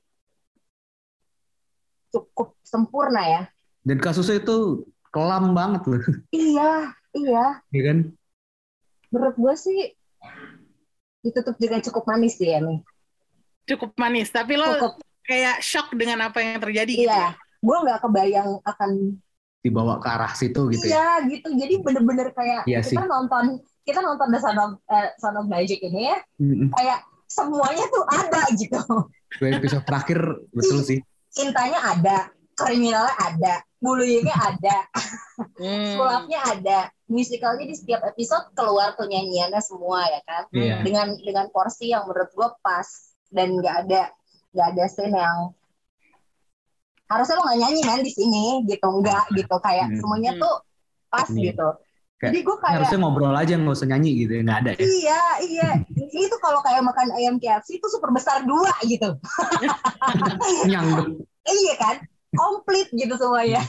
sempurna ya. Dan kasusnya itu kelam banget loh. Iya. Iya kan? Menurut gue sih ditutup juga cukup manis sih ya nih. Cukup manis, tapi lo kayak shock dengan apa yang terjadi gitu. Iya, gue nggak kebayang akan dibawa ke arah situ gitu ya. Iya gitu, jadi bener-bener kayak kita nonton The Sound of Magic ini ya, kayak semuanya tuh ada gitu. Episode terakhir betul sih. Cintanya ada, kriminalnya ada, bullyingnya ada, sulapnya ada, musikalnya di setiap episode keluar tuh nyanyiannya semua ya kan, dengan porsi yang menurut gue pas. Dan nggak ada scene yang harusnya lo nggak nyanyi di sini gitu, nggak gitu, kayak semuanya tuh pas gitu. Jadi gue kayak harusnya ngobrol aja, nggak usah nyanyi gitu, nggak ada ya. Iya itu kalau kayak makan ayam KFC itu super besar 2 gitu. Nyangkut. Iya kan, komplit gitu semuanya.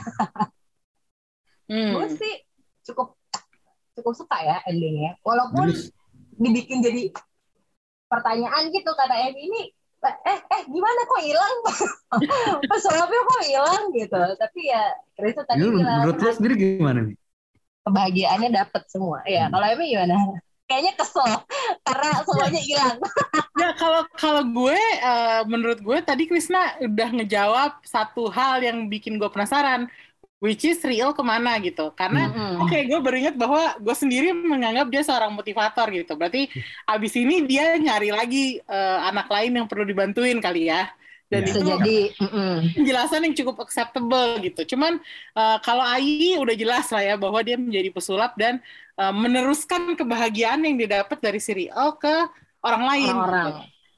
Gue sih cukup suka ya endingnya, walaupun dibikin jadi pertanyaan gitu, kata ini gimana kok hilang, pesulapnya kok hilang gitu. Tapi ya Kristo tadi bilang, menurut lo sendiri gimana nih? Kebahagiaannya dapet semua ya. Kalau Emi gimana? Kayaknya kesel karena semuanya hilang. Ya kalau gue menurut gue tadi Krisna udah ngejawab satu hal yang bikin gue penasaran, which is Riel kemana gitu. Karena gue baru ingat bahwa gue sendiri menganggap dia seorang motivator gitu. Berarti abis ini dia nyari lagi anak lain yang perlu dibantuin kali ya. Dan itu jadi penjelasan yang cukup acceptable gitu. Cuman kalau Ai udah jelas lah ya bahwa dia menjadi pesulap dan meneruskan kebahagiaan yang didapat dari si Riel ke orang lain. Gitu.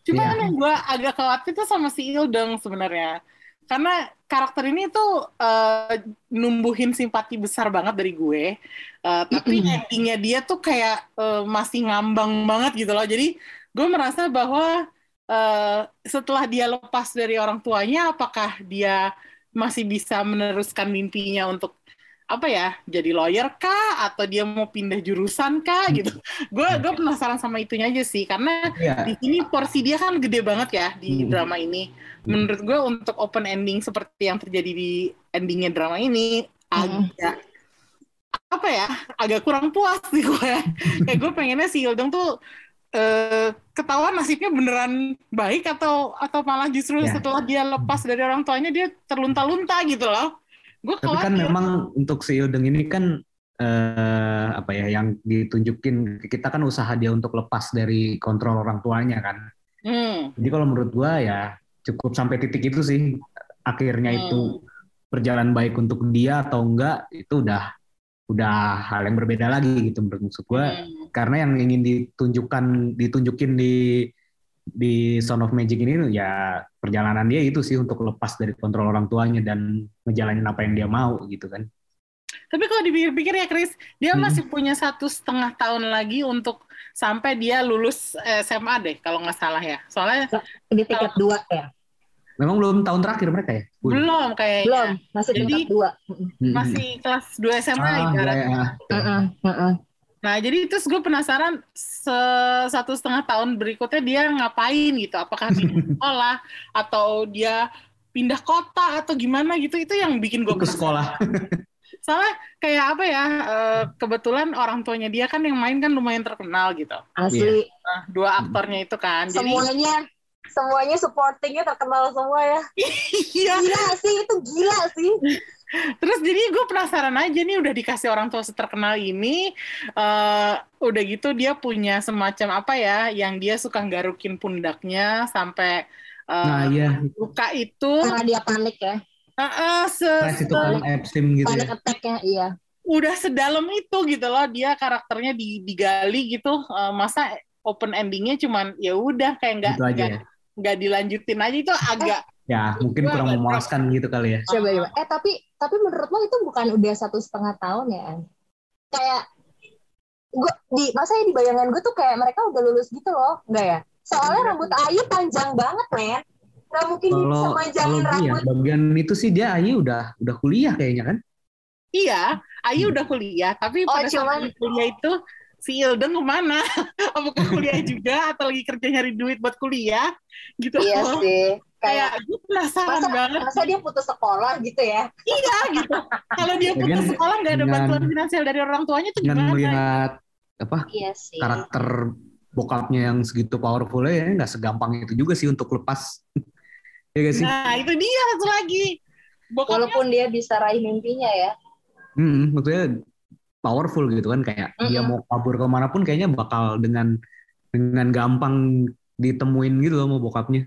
Cuma Iya. yang gue agak khawatir tuh sama si Ildeng sebenarnya. Karena karakter ini tuh numbuhin simpati besar banget dari gue. Tapi endingnya dia tuh kayak masih ngambang banget gitu loh. Jadi gue merasa bahwa setelah dia lepas dari orang tuanya, apakah dia masih bisa meneruskan mimpinya untuk apa ya, jadi lawyer kah, atau dia mau pindah jurusan kah gitu. Gue penasaran sama itunya aja sih, karena Iya. di sini porsi dia kan gede banget ya di drama ini. Menurut gue untuk open ending seperti yang terjadi di endingnya drama ini agak apa ya, agak kurang puas sih gue. Kayak gue pengennya si Ildeng tuh ketahuan nasibnya beneran baik atau malah justru setelah dia lepas dari orang tuanya dia terlunta-lunta gitu loh. Tapi kan memang untuk si Ildeng ini kan apa ya, yang ditunjukin kita kan usaha dia untuk lepas dari kontrol orang tuanya kan. Jadi kalau menurut gua ya cukup sampai titik itu sih. Akhirnya itu berjalan baik untuk dia atau enggak, itu udah hal yang berbeda lagi gitu menurut gua. Karena yang ingin ditunjukin di Sound of Magic ini ya perjalanan dia itu sih untuk lepas dari kontrol orang tuanya dan ngejalanin apa yang dia mau gitu kan. Tapi kalau dipikir-pikir ya Chris, dia masih punya 1,5 tahun lagi untuk sampai dia lulus SMA deh kalau nggak salah ya. Soalnya di tingkat 2 ya. Memang belum tahun terakhir mereka ya? Belum kayaknya. Belum, masih tingkat 2. Masih kelas 2 SMA ibaratnya. Nah, jadi terus gue penasaran 1,5 tahun berikutnya dia ngapain gitu. Apakah pindah sekolah atau dia pindah kota atau gimana gitu. Itu yang bikin gue ke sekolah. Soalnya kayak apa ya, kebetulan orang tuanya dia kan yang main kan lumayan terkenal gitu. Asli. Nah, 2 aktornya itu kan. Semuanya supportingnya terkenal semua ya. Iya. Gila sih, itu gila sih. Terus jadi gue penasaran aja nih, udah dikasih orang tua seterkenal ini, udah gitu dia punya semacam apa ya, yang dia suka garukin pundaknya sampai luka itu. Karena dia panik ya. Itu kan Epsim gitu panik attack-nya, iya. Udah sedalam itu gitu loh, dia karakternya digali gitu, masa open endingnya cuman ya udah kayak nggak dilanjutin aja, itu agak ya mungkin kurang memuaskan gitu kali ya. Coba. Tapi menurut lo itu bukan udah 1,5 tahun ya, An? Kayak gue masa di bayangan gue tuh kayak mereka udah lulus gitu loh, enggak ya? Soalnya rambut Ayu panjang banget, men. Nggak mungkin bisa manjangin rambut. Bagian itu sih dia Ayu udah kuliah kayaknya kan? Iya, Ayu udah kuliah, tapi pada saat kuliah itu si Ildeng kemana? Apakah kuliah juga atau lagi kerja nyari duit buat kuliah? Gitu. Iya sih. Kayak gue penasaran banget. Masa dia putus sekolah gitu ya? Iya gitu. Kalau dia putus sekolah nggak ada bantuan finansial dari orang tuanya itu gimana? Dengan melihat apa? Iya sih. Karakter bokapnya yang segitu powerful ya nggak segampang itu juga sih untuk lepas. Ya gak sih? Nah itu dia satu lagi. Bokapnya, walaupun dia bisa raih mimpinya ya. Maksudnya powerful gitu kan, kayak dia mau kabur kemanapun kayaknya bakal dengan gampang ditemuin gitu loh sama bokapnya.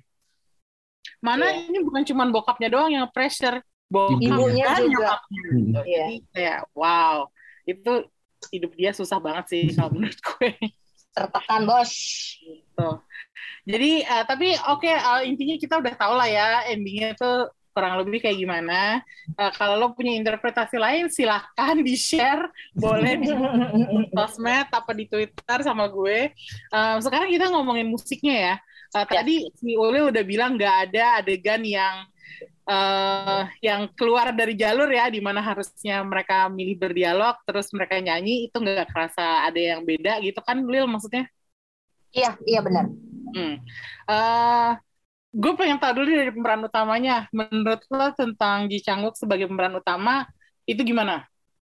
Mana ini bukan cuma bokapnya doang yang pressure, ibunya juga. Jadi kayak wow, itu hidup dia susah banget sih kalau menurut gue. Tertekan bos. Gitu. Jadi tapi oke, intinya kita udah tahu lah ya endingnya tuh kurang lebih kayak gimana. Kalau lo punya interpretasi lain silahkan di-share, boleh di sosmed apa di Twitter sama gue. Sekarang kita ngomongin musiknya ya. Tadi si Ule udah bilang nggak ada adegan yang keluar dari jalur ya, di mana harusnya mereka milih berdialog terus mereka nyanyi, itu nggak kerasa ada yang beda gitu kan, Lil, maksudnya? Iya benar. Gue pengen tahu dulu dari pemeran utamanya. Menurut lo tentang Ji Chang-wook sebagai pemeran utama itu gimana?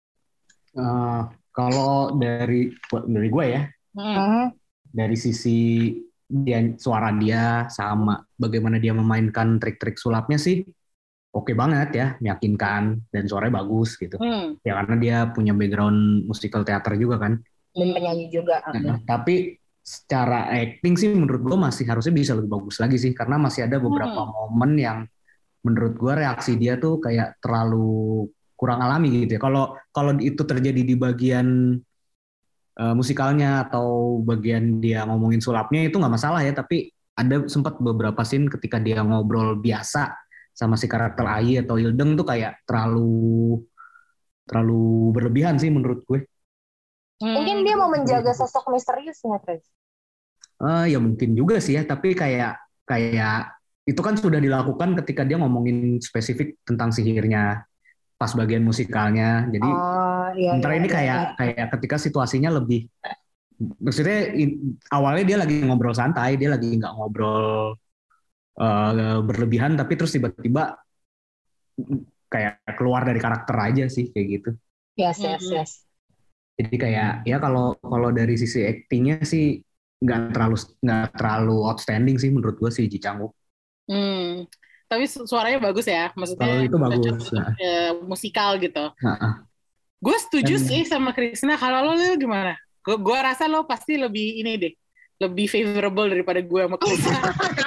Kalau dari gue ya, dari sisi suara dia sama bagaimana dia memainkan trik-trik sulapnya sih oke banget ya, meyakinkan dan suaranya bagus gitu. Ya karena dia punya background musical teater juga kan. Dan penyanyi juga. Tapi secara acting sih menurut gue masih harusnya bisa lebih bagus lagi sih, karena masih ada beberapa momen yang menurut gue reaksi dia tuh kayak terlalu kurang alami gitu ya. Kalau itu terjadi di bagian musikalnya atau bagian dia ngomongin sulapnya itu nggak masalah ya, tapi ada sempat beberapa scene ketika dia ngobrol biasa sama si karakter Ai atau Ildeng tuh kayak terlalu berlebihan sih menurut gue. Mungkin dia mau menjaga sosok misterius nggak, Chris? Ya mungkin juga sih ya, tapi kayak itu kan sudah dilakukan ketika dia ngomongin spesifik tentang sihirnya pas bagian musikalnya. Jadi sementara ini kayak ketika situasinya lebih, maksudnya awalnya dia lagi ngobrol santai, dia lagi nggak ngobrol berlebihan, tapi terus tiba-tiba kayak keluar dari karakter aja sih kayak gitu. Yes. Jadi kayak ya kalau dari sisi aktingnya sih nggak terlalu outstanding sih menurut gue si Ji Chang-wook. Tapi suaranya bagus ya, maksudnya kalau itu bagus musikal gitu. Gue setuju sih sama Krisna. Kalau lo gimana? Gue rasa lo pasti lebih ini deh, lebih favorable daripada gue sama Krisna.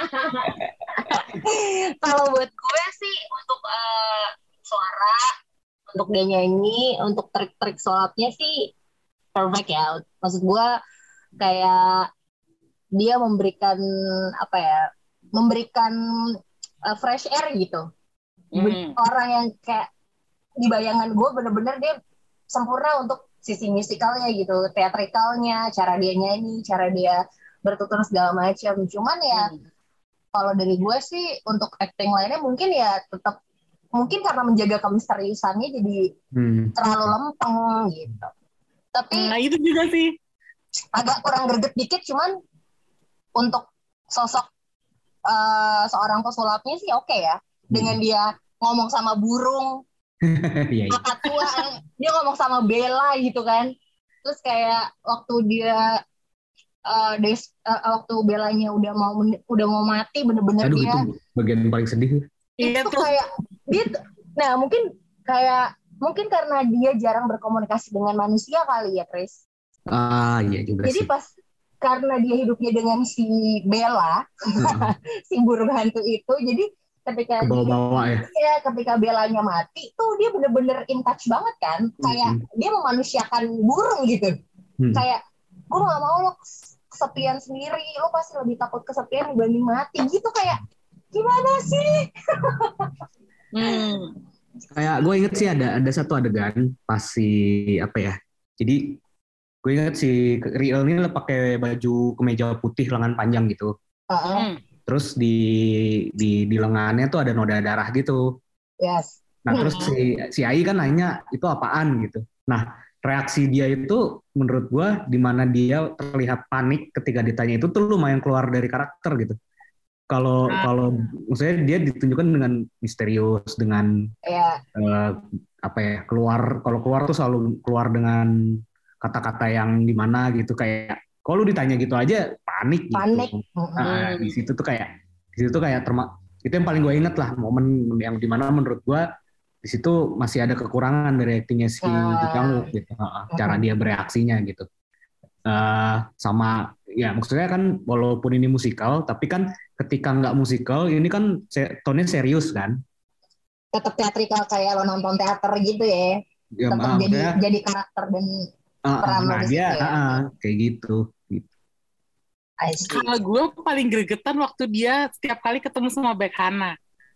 Kalau buat gue sih untuk suara, untuk dia nyanyi, untuk trik-trik sulapnya sih perfect ya. Maksud gue kayak dia memberikan fresh air gitu. Orang yang kayak di bayangan gue bener-bener dia sempurna untuk sisi musikalnya gitu, teatrikalnya, cara dia nyanyi, cara dia bertutur segala macam. Cuman ya kalau dari gue sih untuk acting lainnya mungkin ya tetap mungkin karena menjaga kemisteriusannya jadi terlalu lempeng gitu. Tapi itu juga sih agak kurang greget dikit. Cuman untuk sosok seorang pesulapnya sih oke ya. Dengan dia ngomong sama burung, kakak tua, dia ngomong sama Bella gitu kan. Terus kayak waktu dia waktu Bellanya udah mau mati, bener-bener dia. Itu bagian paling sedih. Itu kayak dia. Nah mungkin karena dia jarang berkomunikasi dengan manusia kali ya, Chris. Iya juga. Jadi sih. pas karena dia hidupnya dengan si Bella, si burung hantu itu, jadi ketika ketika Bellanya mati tuh dia bener-bener in touch banget kan, kayak dia memanusiakan burung gitu. Kayak gue nggak mau lo kesepian sendiri, lo pasti lebih takut kesepian dibanding mati gitu. Kayak gimana sih? Kayak gue inget sih ada satu adegan pas jadi gue inget si Riel ini pakai baju kemeja putih lengan panjang gitu. Terus di lengannya tuh ada noda darah gitu. Yes. Nah terus si Ai kan nanya itu apaan gitu. Nah reaksi dia itu menurut gue di mana dia terlihat panik ketika ditanya itu tuh lumayan keluar dari karakter gitu. Kalau maksudnya dia ditunjukkan dengan misterius, dengan keluar tuh selalu keluar dengan kata-kata yang dimana gitu, kayak kalau lu ditanya gitu aja panik gitu. Di situ tuh kayak itu yang paling gue inget lah, momen yang dimana menurut gue di situ masih ada kekurangan dari aktingnya si Ji Chang-wook gitu, cara dia bereaksinya gitu. Sama ya maksudnya kan walaupun ini musikal, tapi kan ketika nggak musikal ini kan tone-nya serius kan. Tetap teatrikal kayak lo nonton teater gitu ya. Tetap jadi karakter dan peran lo di situ ya. Kayak gitu. Kalau gue paling gregetan waktu dia setiap kali ketemu sama Baek-hana.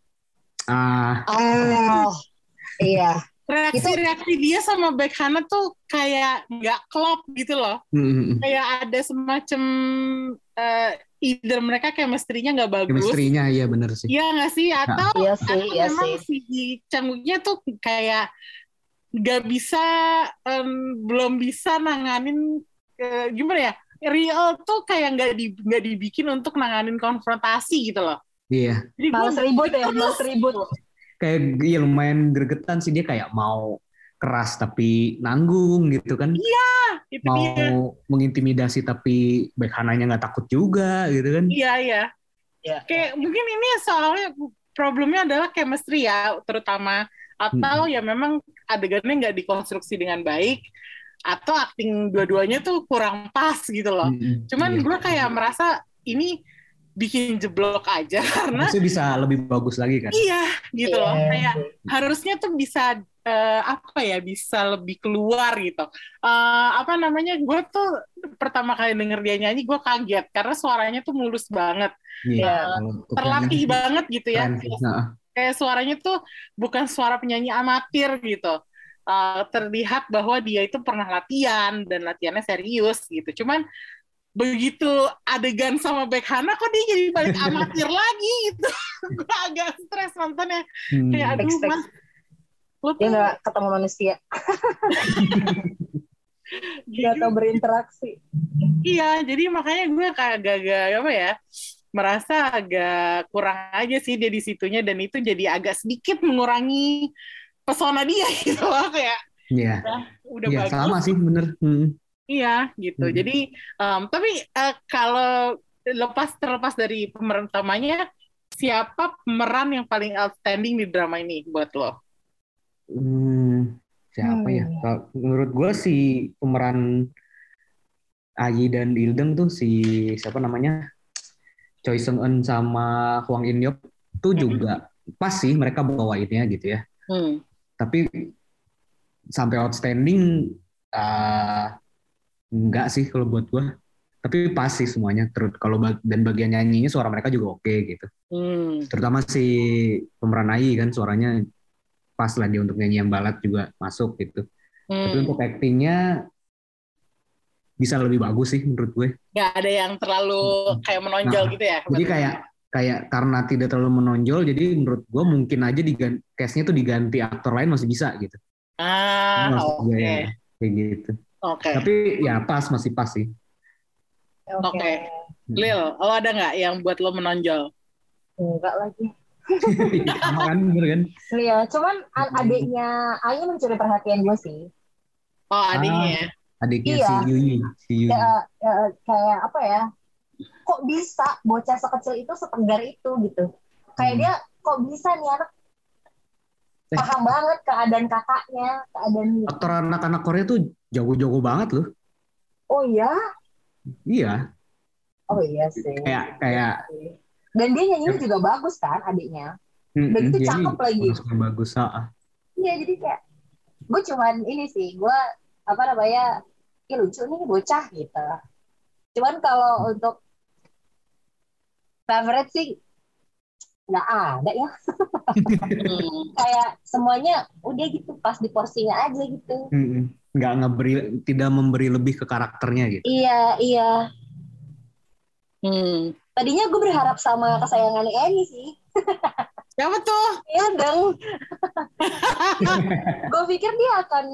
Iya. Reaksi dia sama Baek-hana tuh kayak nggak klop gitu loh. Kayak ada semacam either mereka chemistry-nya nggak bagus. Chemistry-nya iya bener sih. Iya nggak sih? Atau memang sih. si Chang-wooknya tuh kayak nggak bisa, belum bisa nanganin gimana ya? Real tuh kayak nggak dibikin untuk nanganin konfrontasi gitu loh. Iya. Jadi malas ribut. Kayak lumayan gregetan sih, dia kayak mau keras tapi nanggung gitu kan. Iya, itu mau dia. Mengintimidasi tapi Baek-hananya nggak takut juga gitu kan. Iya. Kayak mungkin ini soalnya problemnya adalah chemistry ya terutama, atau ya memang adegannya nggak dikonstruksi dengan baik, atau acting dua-duanya tuh kurang pas gitu loh. Cuman gue kayak merasa ini bikin jeblok aja karena harusnya bisa lebih bagus lagi kan. Iya gitu loh. Kayak harusnya tuh bisa apa ya, bisa lebih keluar gitu. Apa namanya, gue tuh pertama kali denger dia nyanyi gue kaget karena suaranya tuh mulus banget. Iya. Terlatih banget gitu ya. Nah, Kayak suaranya tuh bukan suara penyanyi amatir gitu. Terlihat bahwa dia itu pernah latihan dan latihannya serius gitu. Cuman begitu adegan sama Beckhana kok dia jadi balik amatir lagi gitu. Gue agak stres nontonnya. Kayak aduh mas, lu Dia tuh nggak ketemu manusia. Nggak tahu berinteraksi. iya, jadi makanya gue kayak agak apa ya, merasa agak kurang aja sih dia di situnya, dan itu jadi agak sedikit mengurangi pesona dia gitu loh, kayak iya. udah Iya, bagus. sama sih bener. Iya gitu. Jadi tapi kalau terlepas dari pemeran utamanya, siapa pemeran yang paling outstanding di drama ini buat lo? Siapa ya? Kalau menurut gue si pemeran Ayi dan Ildeng tuh si siapa namanya? Choi Seung-eun sama Hwang In-yeop tuh juga pas sih mereka bawainnya gitu ya. Tapi sampai outstanding enggak sih kalau buat gue. Tapi pas sih semuanya. Terus kalau dan bagian nyanyinya suara mereka juga oke gitu. Terutama si pemeran Ayi kan suaranya pas lah, dia untuk nyanyi yang balad juga masuk gitu. Tapi untuk actingnya bisa lebih bagus sih menurut gue. Gak ada yang terlalu kayak menonjol gitu ya? Jadi kayak karena tidak terlalu menonjol, jadi menurut gue mungkin aja cast-nya tuh diganti aktor lain masih bisa gitu. Oke. Ya, kayak gitu. Oke. Tapi ya masih pas sih. Oke. Lil, lo ada nggak yang buat lo menonjol? Enggak lagi. Sama kan, bener kan? Iya, cuman adiknya Ayi mencuri perhatian gue sih. Oh, adiknya ya? Adiknya Iya. si Yuyi. Kayak apa ya? Kok bisa bocah sekecil itu setegar itu gitu? Kayak dia kok bisa nih anak paham banget keadaan kakaknya, keadaan. Aktor anak-anak Korea tuh jago-jago banget loh. Oh iya? Iya. Oh iya sih. Kayak. Dan dia nyanyinya juga bagus kan adiknya. Dan itu cakep lagi. Bagus. Iya, jadi kayak gue cuman ini sih, gue apa namanya? Lucu nih bocah gitu. Cuman kalau untuk favorite sih nggak ada ya. Kayak semuanya udah gitu pas di porsinya aja gitu. Tidak memberi lebih ke karakternya gitu. Iya. Tadinya gue berharap sama kesayangannya Annie sih. Siapa tuh? Iya dong. Gue pikir dia akan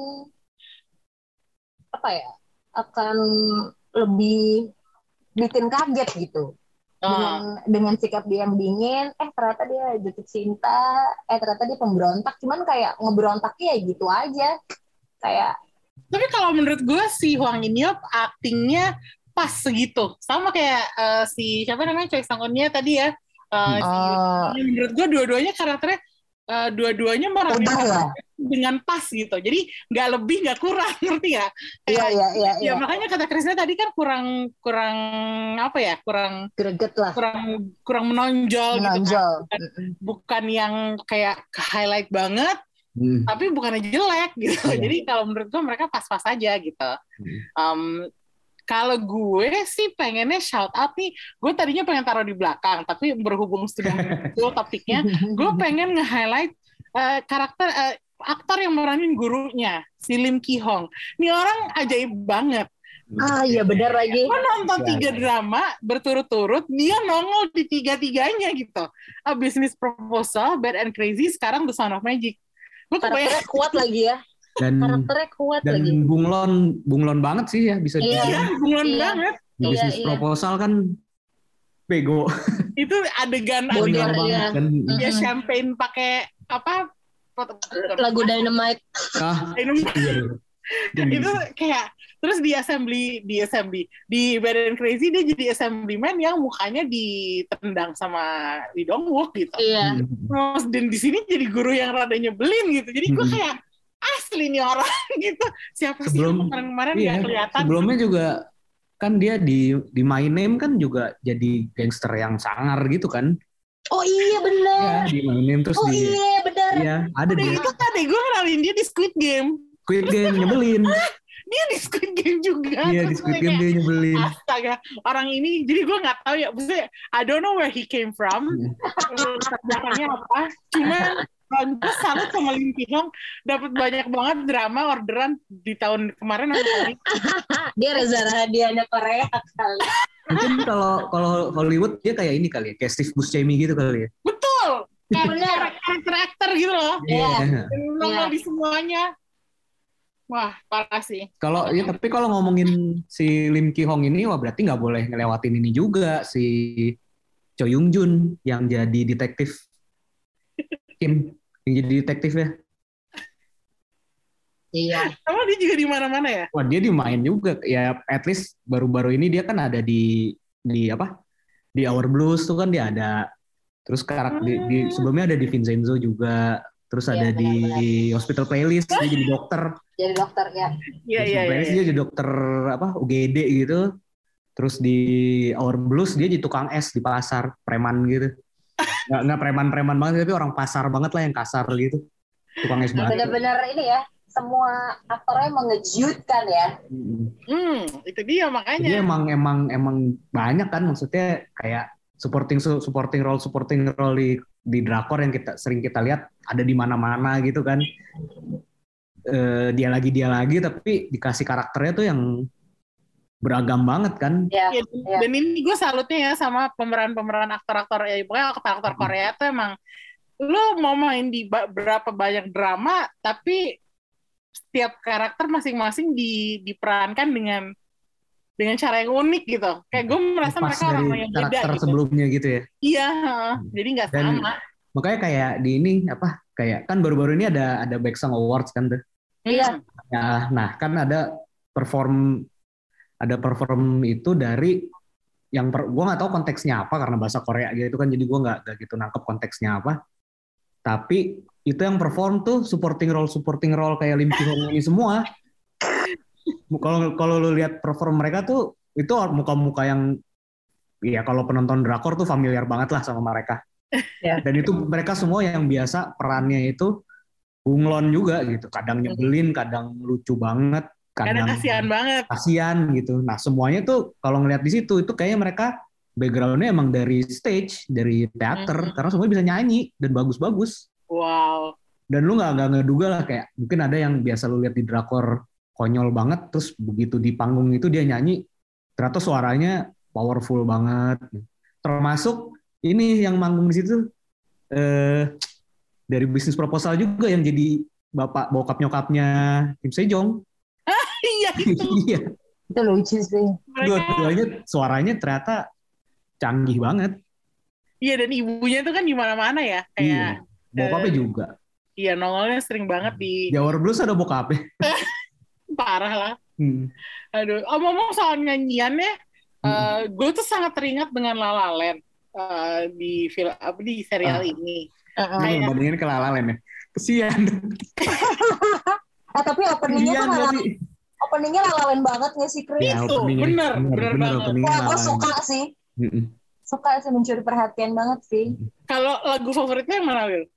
apa ya? Akan lebih bikin kaget gitu. Dengan sikap dia yang dingin, ternyata dia jatuh cinta, ternyata dia pemberontak, cuman kayak ngeberontaknya ya gitu aja. Kayak. Tapi kalau menurut gue si Hwang In-yeop aktingnya pas segitu, sama kayak si siapa namanya Choi Sang-eunnya tadi ya. Menurut gue dua-duanya karakternya dua-duanya meranin dengan pas gitu, jadi nggak lebih nggak kurang, ngerti ya? Iya. Makanya kata Krisna tadi kan kurang apa ya, kurang greget lah, kurang menonjol gitu kan. Bukan yang kayak highlight banget, tapi bukannya jelek gitu. Jadi kalau menurut gue mereka pas-pas aja gitu. Kalau gue sih pengennya shout out nih, gue tadinya pengen taruh di belakang, tapi berhubung sudah muncul topiknya, gue pengen nge-highlight karakter aktor yang meranin gurunya, si Lim Ki Hong. Ini orang ajaib banget. Iya benar lagi. Gue nonton 3 drama berturut-turut, dia nongol di 3-tiganya gitu. Business Proposal, Bad and Crazy, sekarang The Sound of Magic. Karakternya kuat lagi ya. Karakternya kuat dan lagi. bunglon banget sih ya, bisa Iya, bunglon banget. Bisnis proposal kan bego. Itu adegan banget kan. Ya champagne pakai apa? Lagu Dynamite. Itu kayak terus di Bad and Crazy dia jadi assemblyman yang mukanya ditendang sama Lee Dong Wook gitu. Iya. Terus dan di sini jadi guru yang rada nyebelin gitu. Jadi gue kayak asli nih orang gitu. Siapa sih kemarin-kemarin nggak kelihatan. Sebelumnya juga kan dia di My Name kan juga jadi gangster yang sangar gitu kan. Oh iya benar. Ya, di My Name terus iya benar. bener. Iya, ada Udah dia. gitu adek gue kenalin dia di Squid Game. Squid Game nyebelin. Dia di Squid Game juga. Iya, di Terus Squid gue Game kayak, dia nyebelin. astaga, orang ini, jadi gue nggak tahu ya, maksudnya I don't know where he came from, belakangnya apa, cuman gue salut sama Lim Ki Hong, dapat banyak banget drama orderan di tahun kemarin atau tahun ini. Dia Reza Rahadiannya Korea kali. Mungkin kalau Hollywood dia kayak ini kali ya, kayak Steve Buscemi gitu kali ya. Betul, Bener. karakter gitu loh, Iya. nongol di semuanya. Wah, parah sih. Tapi kalau ngomongin si Lim Ki Hong ini, wah berarti nggak boleh ngelewatin ini juga si Cho Yung Jun yang jadi detektif Kim, yang jadi detektif ya. Iya. Sama dia juga di mana-mana ya. Wah dia dimain juga ya, at least baru-baru ini dia kan ada di apa? Di Our Blues tuh kan dia ada. Terus di sebelumnya ada di Vincenzo juga. Terus ada Iya, di Hospital Playlist dia jadi dokter. Jadi dokter ya. Iya, Terus iya, di Playlist iya. dia jadi dokter apa UGD gitu. Terus di Our Blues dia jadi tukang es di pasar, preman gitu. Nggak preman-preman banget tapi orang pasar banget lah yang kasar gitu. Tukang es batu. Bener-bener ini ya. Semua aktornya mengejutkan ya. Itu dia makanya. Jadi emang banyak kan, maksudnya kayak supporting role di drakor yang sering kita lihat ada di mana-mana gitu kan. Dia lagi tapi dikasih karakternya tuh yang beragam banget kan. Ya. Dan ini gue salutnya ya sama pemeran aktor-aktor ya, pokoknya aktor Korea tuh emang lu mau main di berapa banyak drama tapi setiap karakter masing-masing diperankan dengan cara yang unik gitu. Kayak gue merasa Pas mereka dari orang yang beda karakter gitu. sebelumnya gitu ya. Iya, jadi nggak sama. Makanya kayak di ini apa? Kayak kan baru-baru ini ada Baeksang Awards kan tuh. Iya. Ya, nah kan ada perform itu dari yang gue nggak tahu konteksnya apa karena bahasa Korea gitu kan, jadi gue nggak gitu nangkep konteksnya apa. Tapi itu yang perform tuh supporting role kayak Lim Ki Hong ini semua. Kalau lu lihat perform mereka tuh itu muka-muka yang ya kalau penonton drakor tuh familiar banget lah sama mereka. Ya. Dan itu mereka semua yang biasa perannya itu bunglon juga gitu. Kadang nyebelin, kadang lucu banget, Kadang kasihan banget. Kasihan gitu. Nah semuanya tuh kalau ngelihat di situ itu kayaknya mereka backgroundnya emang dari stage, dari teater, karena semuanya bisa nyanyi dan bagus-bagus. Wow. Dan lu nggak ngeduga lah kayak mungkin ada yang biasa lu lihat di drakor konyol banget, terus begitu di panggung itu dia nyanyi, ternyata suaranya powerful banget. Termasuk ini yang manggung di situ dari bisnis proposal juga yang jadi bokap nyokapnya Kim Sejong. Iya itu. Iya. Itu lucu sih. Dua-duanya suaranya ternyata canggih banget. Iya, dan ibunya tuh kan di mana-mana ya, kayak bokapnya juga. Iya, nongolnya sering banget di Our Blues ada bokapnya. parah lah. Aduh, ngomong soal nyanyiannya, gue tuh sangat teringat dengan La La Land di film di serial ini. Kayak bandingin ke La La Land ya. Kesian. Tapi openingnya tuh openingnya La La Land banget nggak sih, Chris? Ya, itu bener banget. Wah, gue suka sih. Suka sih, mencuri perhatian banget sih. Kalau lagu favoritnya yang mana, Will?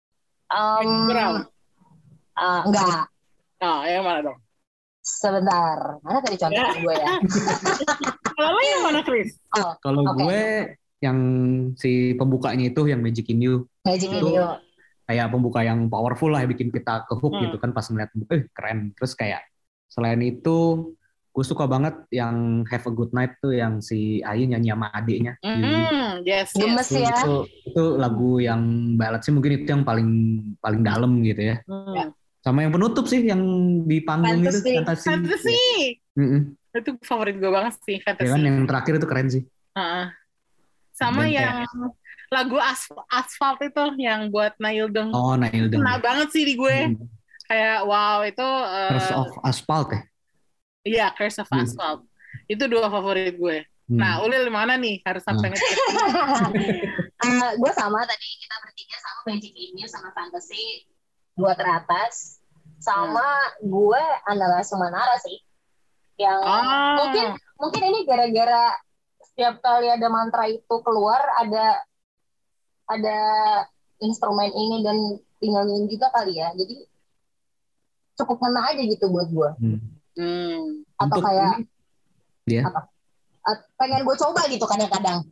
Enggak. Oh, yang mana dong? Sebentar. Mana tadi contohnya gue ya? Kalau lo yang mana, Chris? Kalau gue yang si pembukanya itu yang Magic in You. Magic in You. Kayak pembuka yang powerful lah, bikin kita ke hook gitu kan pas ngeliat keren. Terus kayak selain itu gue suka banget yang Have a Good Night tuh yang si Ayu nyanyi sama adiknya. Yes. Gemes ya. Itu lagu yang ballad sih mungkin itu yang paling dalam gitu ya. Sama yang penutup sih yang di panggung itu Fantasy. Itu favorit gue banget sih, Fantasy. Ya kan yang terakhir itu keren sih. Sama dan yang lagu Asphalt itu yang buat Nail Deng. Oh, Nail Deng. Kena banget sih di gue. Kayak wow itu Curse of Asphalt ya? Iya, Curse of Asphalt. Itu dua favorit gue. Nah, Ulil mana nih? Harus sampai ngecek. Gue sama tadi, kita bertiga sama Magic in You sama Fantasy 2 teratas. Sama gue Andala Sumanara sih. Yang mungkin ini gara-gara setiap kali ada mantra itu keluar ada instrumen ini dan dinyanyiin juga kali ya. Jadi cukup ngena aja gitu buat gue. Atau Untuk kayak dia pengen gue coba gitu kadang-kadang.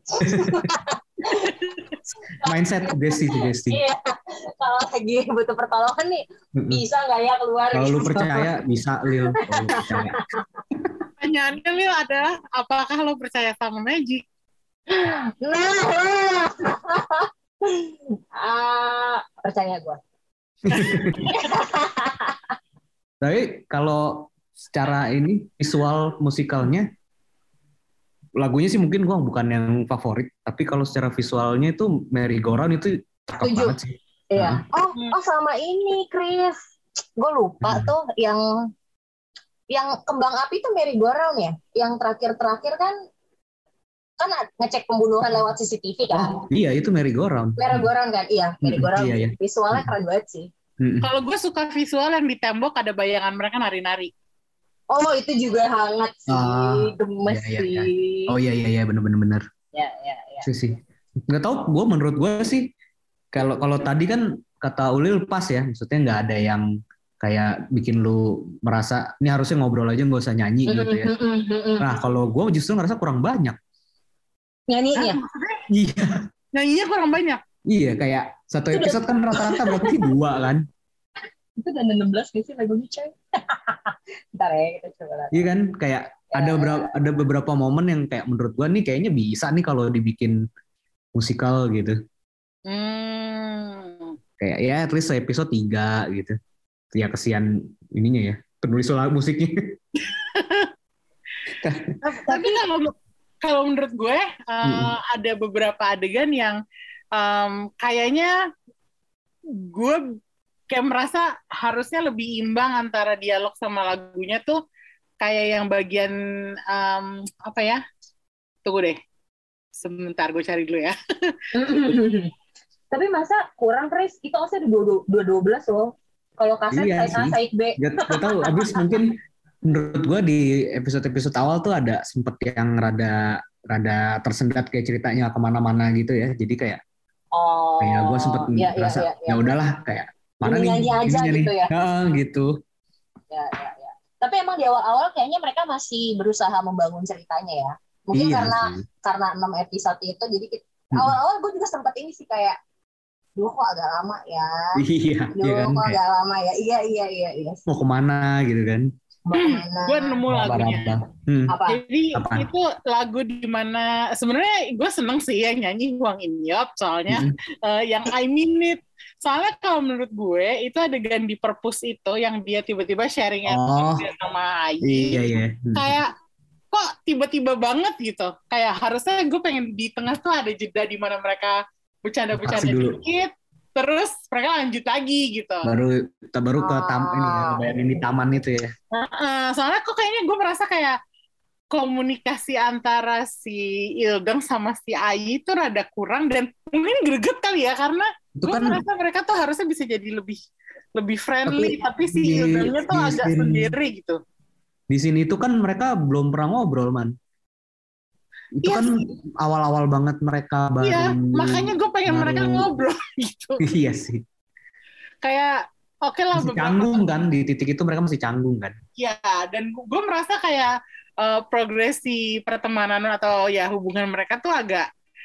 mindset sugesti. Iya, kalau lagi butuh pertolongan nih, bisa nggak ya keluar? Kalau lu gitu. percaya bisa Lil. Kalau lu percaya. Pertanyaannya Lil adalah apakah lo percaya sama magic? Nah, percaya gue. Tapi kalau secara ini visual musikalnya, lagunya sih mungkin gua bukan yang favorit, tapi kalau secara visualnya itu Merry Go Round itu cakep Setuju. banget sih. Iya. Oh sama ini Chris, gue lupa tuh yang kembang api itu Merry Go Round ya, yang terakhir kan ngecek pembunuhan lewat CCTV kan. Iya itu Merry Go Round. Merry Go Round kan, iya Merry Go Round. Iya. Visualnya keren banget sih. Kalau gue suka visual yang di tembok ada bayangan mereka nari-nari. Oh itu juga hangat sih, gemes sih. Oh iya bener. Ya. Sih. Nggak tahu, menurut gue sih kalau tadi kan kata Ulil pas ya, maksudnya nggak ada yang kayak bikin lu merasa ini harusnya ngobrol aja nggak usah nyanyi gitu ya. Nah kalau gue justru ngerasa kurang banyak. Nyanyinya? Iya. Nyanyinya kurang banyak. Iya, kayak satu episode kan rata-rata berarti 2 kan. Itu udah 16 gak sih lagunya, coy? Bentar ya, kita coba lihat. Iya kan, kayak ada beberapa momen yang kayak menurut gua nih kayaknya bisa nih kalau dibikin musikal gitu. Kayak ya at least episode 3 gitu. Ya kesian ininya ya, penulis musiknya. Tapi kalau menurut gue ada beberapa adegan yang kayaknya gue kayak merasa harusnya lebih imbang antara dialog sama lagunya tuh, kayak yang bagian apa ya? Tunggu deh, sebentar gue cari dulu ya. Tapi masa kurang, Chris? Itu harusnya 212 loh. Kalau kaset Iya side A, side B. Gak tahu, abis mungkin menurut gue di episode-episode awal tuh ada sempet yang rada tersendat kayak ceritanya kemana-mana gitu ya. Jadi kayak gue sempet merasa ya udahlah kayak mana ini nih aja ininya gitu nih. ya. Gitu. Ya. Tapi emang di awal-awal kayaknya mereka masih berusaha membangun ceritanya ya. Mungkin karena 6 episode itu, jadi awal-awal gue juga sempat ini sih kayak, duh kok agak lama ya. Iya kan? Kok agak lama ya. Iya. Mau kemana gitu kan? Gue nemu lagunya. Apa? Jadi itu lagu di mana sebenarnya gue seneng sih yang nyanyi Hwang In-yeop, soalnya yang I Mean It. Soalnya kalau menurut gue itu adegan di Purpose itu yang dia tiba-tiba sharing sama Ayi. Iya. Kayak kok tiba-tiba banget gitu. Kayak harusnya gue pengen di tengah tuh ada jeda di mana mereka bercanda-bercanda dikit. Terus mereka lanjut lagi gitu. Baru ke taman itu ya. Soalnya kok kayaknya gue merasa kayak komunikasi antara si Ildeng sama si Ayi itu rada kurang, dan mungkin greget kali ya, karena gue merasa mereka tuh harusnya bisa jadi lebih friendly, tapi si Ildengnya tuh agak sendiri gitu. Di sini tuh kan mereka belum pernah ngobrol, man. Itu kan awal-awal banget mereka baru. Iya, makanya gue pengen mereka ngobrol gitu. Iya sih. Kayak oke lah, masih canggung kan, di titik itu mereka masih canggung kan. Iya, dan gue merasa kayak progresi pertemanan atau ya hubungan mereka tuh agak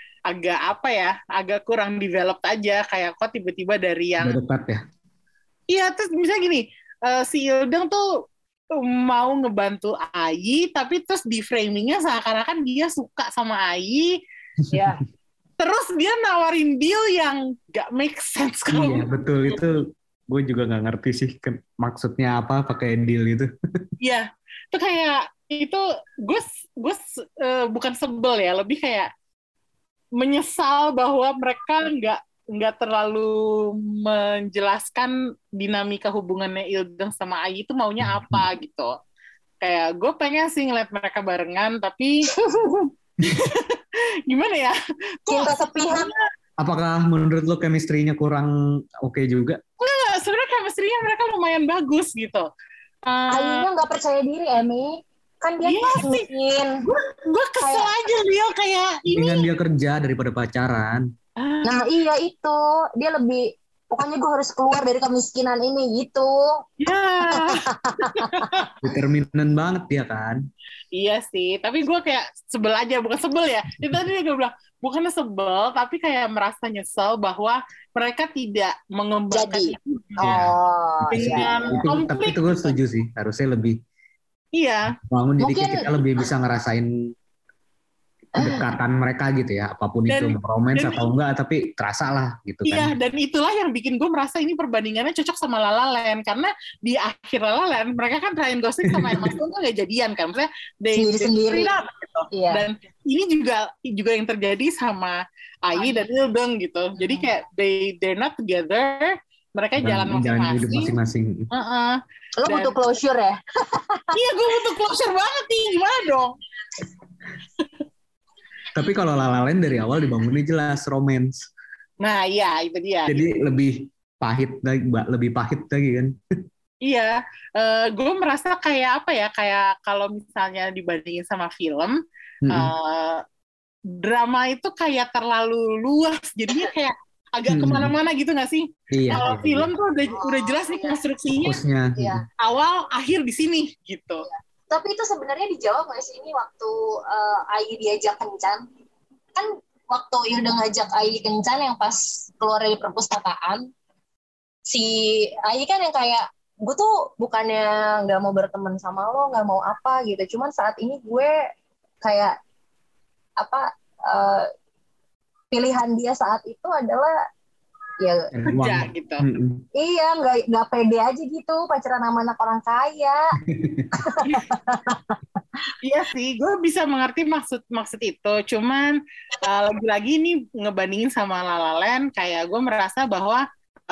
apa ya, agak kurang developed aja. Kayak kok tiba-tiba dari yang dekat ya. Iya, terus misalnya gini, si Ildeng tuh mau ngebantu Ayi, tapi terus di framingnya seakan-akan dia suka sama Ayi, ya. Terus dia nawarin deal yang gak make sense. Iya betul, itu gue juga nggak ngerti sih maksudnya apa pakai deal itu. Iya, itu kayak itu gue bukan sebel ya, lebih kayak menyesal bahwa mereka nggak terlalu menjelaskan dinamika hubungannya Ildeng sama Ayi itu maunya apa gitu. Kayak gue pengen sih ngeliat mereka barengan, tapi gimana ya? Cinta sepihak. Apakah menurut lo chemistry-nya kurang oke juga? Enggak, sebenarnya chemistry-nya mereka lumayan bagus gitu. Ayinya nggak percaya diri, Emi. Kan dia miskin. Gue kesel aja dia kayak ini. Dengan dia kerja daripada pacaran. Nah iya itu, dia lebih pokoknya gue harus keluar dari kemiskinan ini gitu. Ya. Determinan banget dia kan. Iya sih, tapi gue kayak sebel aja, bukan sebel ya. Itu tadi gue bilang, bukannya sebel, tapi kayak merasa nyesel bahwa mereka tidak mengembangkan Jadi, itu dengan Tapi komplit. itu gue setuju sih. Harusnya lebih Iya, bangun. Jadi Mungkin- kita lebih bisa ngerasain kedekatan mereka gitu ya. Apapun itu romance atau enggak, tapi terasa lah gitu iya, kan. dan itulah yang bikin gue merasa ini perbandingannya cocok sama La La Land, karena di akhir La La Land mereka kan Ryan Gosling sama Emma Stone tuh gak jadian kan, maksudnya they Sendiri-sendiri. split up, gitu. Iya. Dan ini juga yang terjadi sama Ai dan Ildeng gitu, jadi kayak they're not together, mereka jalan hidup masing-masing. masing-masing. Lo Dan- butuh closure ya? Iya, gue butuh closure banget nih, gimana dong? Tapi kalau La La Land dari awal dibangunnya jelas romance. Nah, iya itu dia. Jadi lebih pahit lagi kan. Iya, gue merasa kayak apa ya, kayak kalau misalnya dibandingin sama film, drama itu kayak terlalu luas, jadinya kayak agak kemana-mana gitu nggak sih? Iya. Kalau film tuh udah jelas nih konstruksinya, Fokusnya. Iya. awal, akhir di sini gitu. Tapi itu sebenarnya dijawab nggak sih ini waktu Ayu diajak kencan? Kan waktu udah ngajak Ayu kencan yang pas keluar dari perpustakaan, si Ayu kan yang kayak, gue tuh bukannya nggak mau berteman sama lo, nggak mau apa gitu. Cuman saat ini gue kayak pilihan dia saat itu adalah ya Kerja gitu. iya nggak pede aja gitu pacaran sama anak orang kaya. Iya sih, gue bisa mengerti maksud itu. Cuman lagi-lagi ini ngebandingin sama La La Land, kayak gue merasa bahwa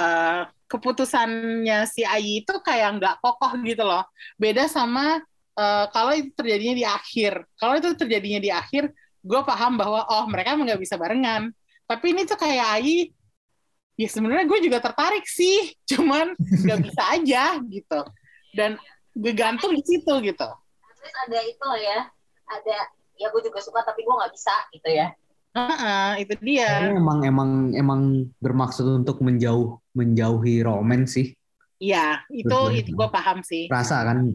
keputusannya si Ai itu kayak nggak kokoh gitu loh. Beda sama kalau itu terjadinya di akhir. Kalau itu terjadinya di akhir, gue paham bahwa mereka emang nggak bisa barengan. Tapi ini tuh kayak Ai, ya sebenarnya gue juga tertarik sih, cuman nggak bisa aja gitu. Dan gue gantung di situ gitu. Terus ada itu loh ya, ada ya gue juga suka tapi gue nggak bisa gitu ya. Itu dia. Emang bermaksud untuk menjauhi romance sih. Iya, itu gue paham sih. Rasa kan.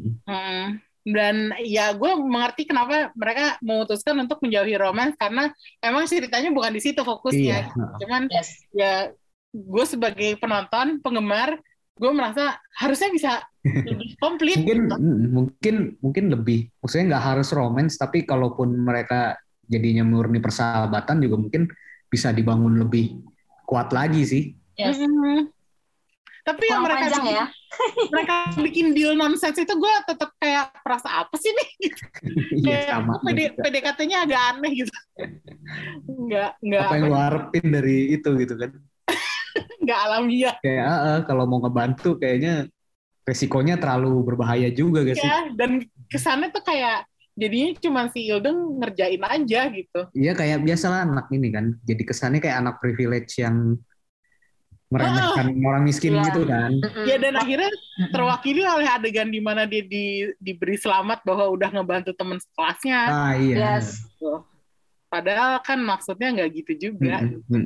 Dan ya gue mengerti kenapa mereka memutuskan untuk menjauhi romance, karena emang ceritanya bukan di situ fokusnya. Iya. Cuman ya gue sebagai penonton, penggemar, gue merasa harusnya bisa lebih komplit. Mungkin lebih, maksudnya nggak harus romance, tapi kalaupun mereka jadinya murni persahabatan juga mungkin bisa dibangun lebih kuat lagi sih. Yes. Tapi yang mereka bikin deal nonsense itu gue tetap kayak perasa apa sih nih? Iya, sama. PDKT-nya agak aneh gitu. Nggak apa yang lu harapin dari itu gitu kan? Nggak alamiah. Kayak kalau mau ngebantu kayaknya resikonya terlalu berbahaya juga gak sih? Ya, dan kesannya tuh kayak jadinya cuma si Ildeng ngerjain aja gitu. Iya, kayak biasalah anak ini kan. Jadi kesannya kayak anak privilege yang meremehkan orang miskin gitu kan. Ya, dan akhirnya terwakili oleh adegan di mana dia diberi selamat bahwa udah ngebantu teman sekelasnya. Ah iya. Yes. Padahal kan maksudnya nggak gitu juga.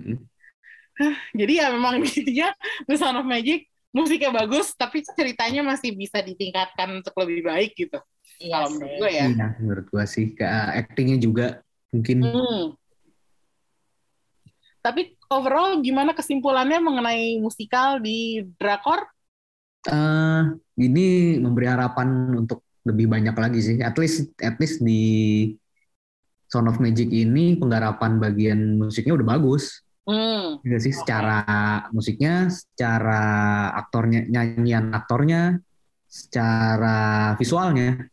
Jadi ya memang intinya The Sound of Magic musiknya bagus, tapi ceritanya masih bisa ditingkatkan untuk lebih baik gitu. Kalau menurut gue ya. Iya, menurut gue sih. Actingnya juga mungkin. Tapi overall gimana kesimpulannya mengenai musikal di Drakor? Ini memberi harapan untuk lebih banyak lagi sih. At least di Sound of Magic ini penggarapan bagian musiknya udah bagus. Iya sih, secara musiknya, secara aktornya, nyanyian aktornya, secara visualnya.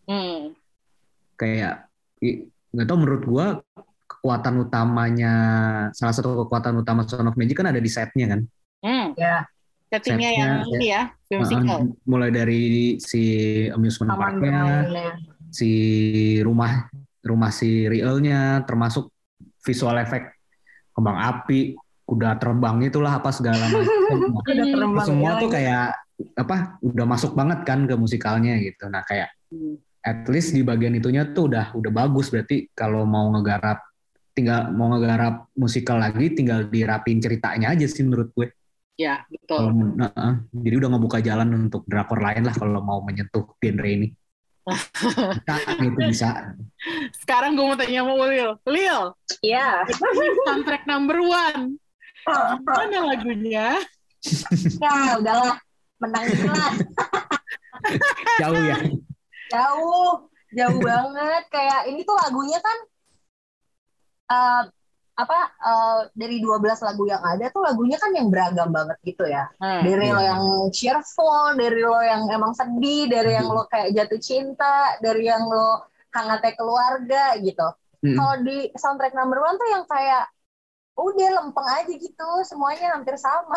Kayak nggak tahu, menurut gua kekuatan utamanya, salah satu kekuatan utama Sound of Magic kan ada di setnya kan. Ya. Settingnya yang ini ya, musical. Mulai dari si amusement parknya, si rumah si realnya, termasuk visual effect kembang api, kuda terbang itulah apa segala macam. Semua tuh kayak udah masuk banget kan ke musikalnya gitu. Nah kayak at least di bagian itunya tuh udah bagus, berarti kalau mau ngegarap musikal lagi tinggal dirapin ceritanya aja sih menurut gue. Ya, Kalau betul. jadi udah ngebuka jalan untuk drakor lain lah kalau mau menyentuh genre ini. Bisa gitu bisa. Sekarang gue mau tanya sama Ulil. Ulil, Iya. ini soundtrack number one. Gimana lagunya? Ya udahlah, menang lah. Jauh ya. Jauh banget. Kayak ini tuh lagunya kan eh, dari 12 lagu yang ada tuh lagunya kan yang beragam banget gitu ya. Dari Iya. lo yang cheerful, dari lo yang emang sedih, dari yang lo kayak jatuh cinta, dari yang lo hangatnya keluarga gitu. Kalau di soundtrack number one tuh yang kayak udah lempeng aja gitu, semuanya hampir sama.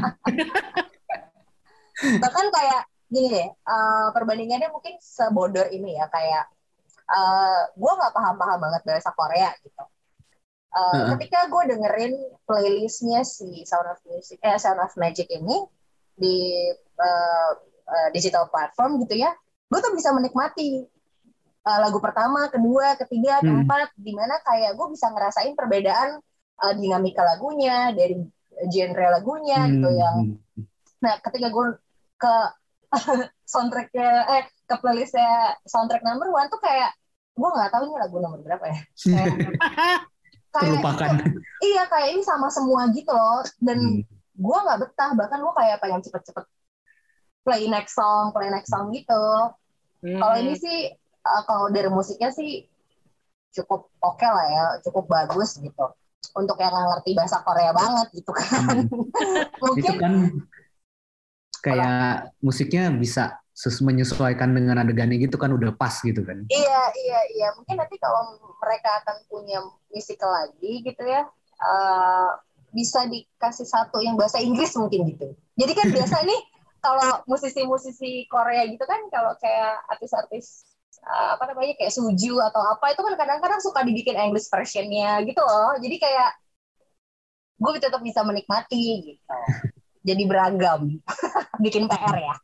Bahkan kayak gini deh, perbandingannya mungkin sebodor ini ya, kayak gue nggak paham-paham banget bahasa Korea gitu. Ketika gue dengerin playlistnya si Sound of Magic ini di digital platform gitu ya, gue tuh bisa menikmati lagu pertama, kedua, ketiga, keempat, dimana kayak gue bisa ngerasain perbedaan dinamika lagunya dari genre lagunya gitu yang. Nah, ketika gue ke soundtracknya ke playlistnya soundtrack number one tuh kayak gue nggak tahu ini lagu nomor berapa ya. Terlupakan. Iya, kayak ini sama semua gitu loh, dan gue nggak betah, bahkan gue kayak pengen cepet-cepet play next song gitu. Kalau ini sih kalau dari musiknya sih cukup oke lah ya, cukup bagus gitu untuk yang nggak ngerti bahasa Korea banget gitu kan. Mungkin itu kan kayak musiknya bisa menyesuaikan dengan adegannya gitu kan, udah pas gitu kan. Iya. Mungkin nanti kalau mereka akan punya musical lagi gitu ya, bisa dikasih satu yang bahasa Inggris mungkin gitu. Jadi kan biasa nih kalau musisi-musisi Korea gitu kan, kalau kayak artis-artis kayak Suju atau apa, itu kan kadang-kadang suka dibikin English versionnya gitu loh. Jadi kayak gue tetap bisa menikmati gitu. Jadi beragam. Bikin PR ya.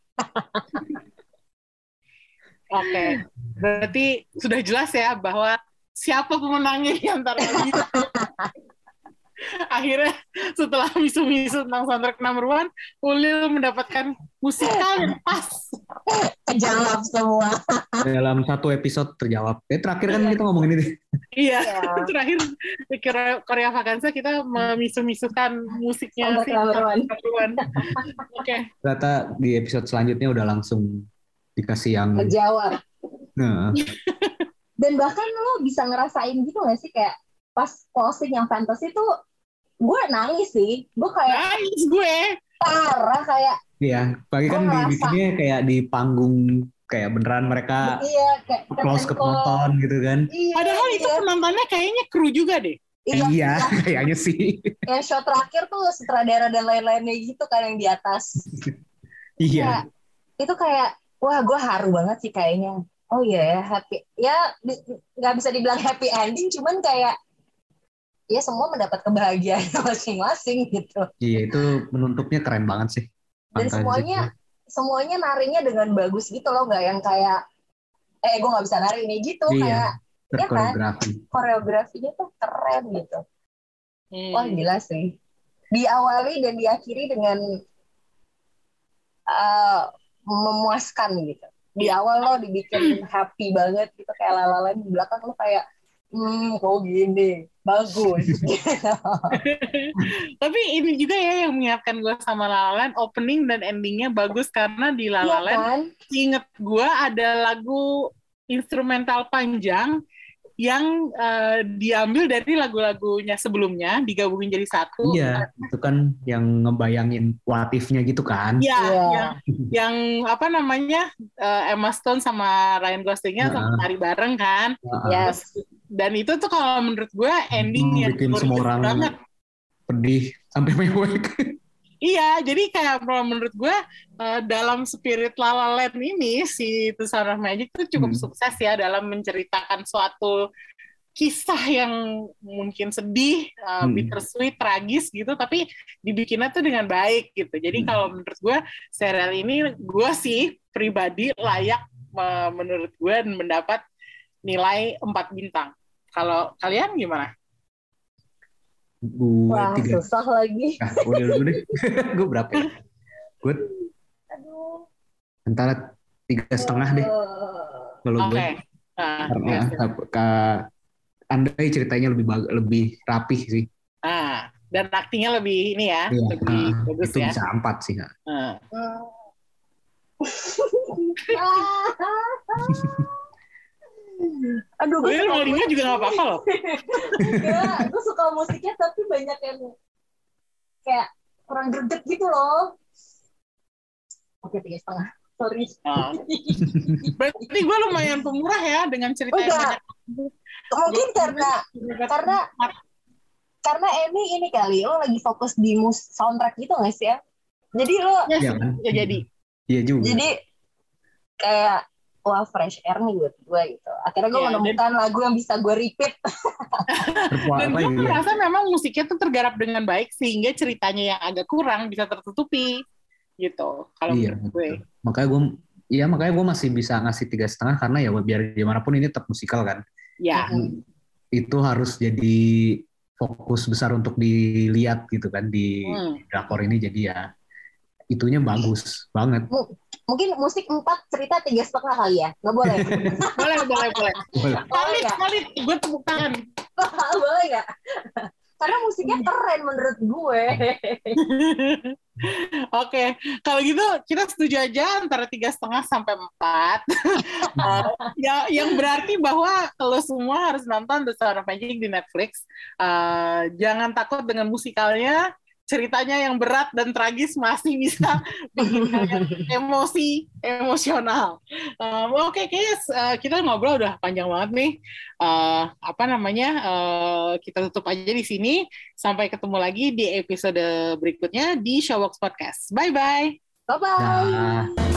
Oke, berarti sudah jelas ya bahwa siapa pemenangnya di antara kita. Akhirnya setelah misu-misu tentang soundtrack number one, Ulil mendapatkan musikal yang pas. Kejawab semua. Dalam satu episode terjawab. Terakhir kan kita ngomongin ini. Iya, terakhir Korea Vakansa kita memisukan musiknya soundtrack number one. Oke. Ternyata di episode selanjutnya udah langsung dikasih yang kejawab. Nah. Dan bahkan lo bisa ngerasain gitu gak sih, kayak pas closing yang fantasy tuh gue nangis sih. Gue kayak nangis gue. Parah kayak. Iya, pagi kan dibikinnya kayak di panggung kayak beneran mereka kayak close ke penonton gitu kan. Padahal itu penontonnya kayaknya kru juga deh. Iya, kayaknya sih. Yang shot terakhir tuh sutradara dan lain-lainnya gitu kan yang di atas. Iya. Itu kayak wah, gue haru banget sih kayaknya. Oh iya ya, happy. Ya nggak bisa dibilang happy ending, cuman kayak ya semua mendapat kebahagiaan masing-masing gitu. Iya, itu menutupnya keren banget sih. Dan semuanya narinya dengan bagus gitu loh, nggak yang kayak gue nggak bisa nari ini gitu. Iya, kayak koreografi. Kan, koreografinya tuh keren gitu. Wah gila sih. Diawali dan diakhiri dengan memuaskan gitu. Di awal lo dibikin happy banget gitu, kayak lalalan, di belakang lo kayak kok gini bagus. Tapi ini juga ya yang mengingatkan gue sama La La Land, opening dan endingnya bagus, karena di La La Land kan? Inget gue ada lagu instrumental panjang yang diambil dari lagu-lagunya sebelumnya, digabungin jadi satu. Iya, itu kan yang ngebayangin what if-nya gitu kan. Iya, yang apa namanya, Emma Stone sama Ryan Gosling-nya sama tari bareng kan. Yes. Dan itu tuh kalau menurut gue endingnya bikin semua orang banget. Pedih sampai mewek. Iya, jadi kayak menurut gue dalam spirit La La Land ini si The Sound of Magic itu cukup sukses ya dalam menceritakan suatu kisah yang mungkin sedih, bittersweet, tragis gitu, tapi dibikinnya tuh dengan baik gitu. Jadi kalau menurut gue serial ini gue sih pribadi layak menurut gue mendapat nilai 4 bintang. Kalau kalian gimana? Gue Wah, 3. susah lagi. Nah, udah dulu deh. Gue berapa ya? Gue Aduh. antara 3,5 deh kalau gue. Oke. Karena andai ceritanya lebih rapih sih. Dan aktingnya lebih ini ya, lebih bagus itu ya. bisa 4 sih. Aduh, gue suka musiknya juga nggak apa-apa loh. Enggak, gue suka musiknya tapi banyak yang kayak kurang greget gitu loh. Oke, 3,5. Sorry. Berarti gue lumayan pemurah ya dengan cerita yang banyak. Mungkin karena ini kali lo lagi fokus di soundtrack gitu nggak sih ya? Jadi lo ya jadi. Iya juga. Jadi kayak wah fresh air nih buat gue gitu. Akhirnya gue menemukan lagu yang bisa gue repeat. Dan gue merasa memang musiknya tuh tergarap dengan baik sehingga ceritanya yang agak kurang bisa tertutupi gitu. Kalau menurut gue. Makanya gue masih bisa ngasih 3,5 karena ya biar gimana pun ini tetap musikal kan. Ya. Itu harus jadi fokus besar untuk dilihat gitu kan di drakor ini, jadi ya itunya bagus banget. Mungkin musik 4, cerita 3,5 kali ya? Nggak boleh? boleh. Valid, gue tepuk tangan. Boleh nggak? Karena musiknya keren menurut gue. Oke, kalau gitu kita setuju aja antara 3,5 sampai 4. Yang berarti bahwa lo semua harus nonton The Sound of Magic di Netflix. Jangan takut dengan musikalnya. Ceritanya yang berat dan tragis masih bisa bikin kalian emosional. Oke, kayaknya kita ngobrol udah panjang banget nih. Kita tutup aja di sini. Sampai ketemu lagi di episode berikutnya di Showbox Podcast. Bye-bye. Bye-bye.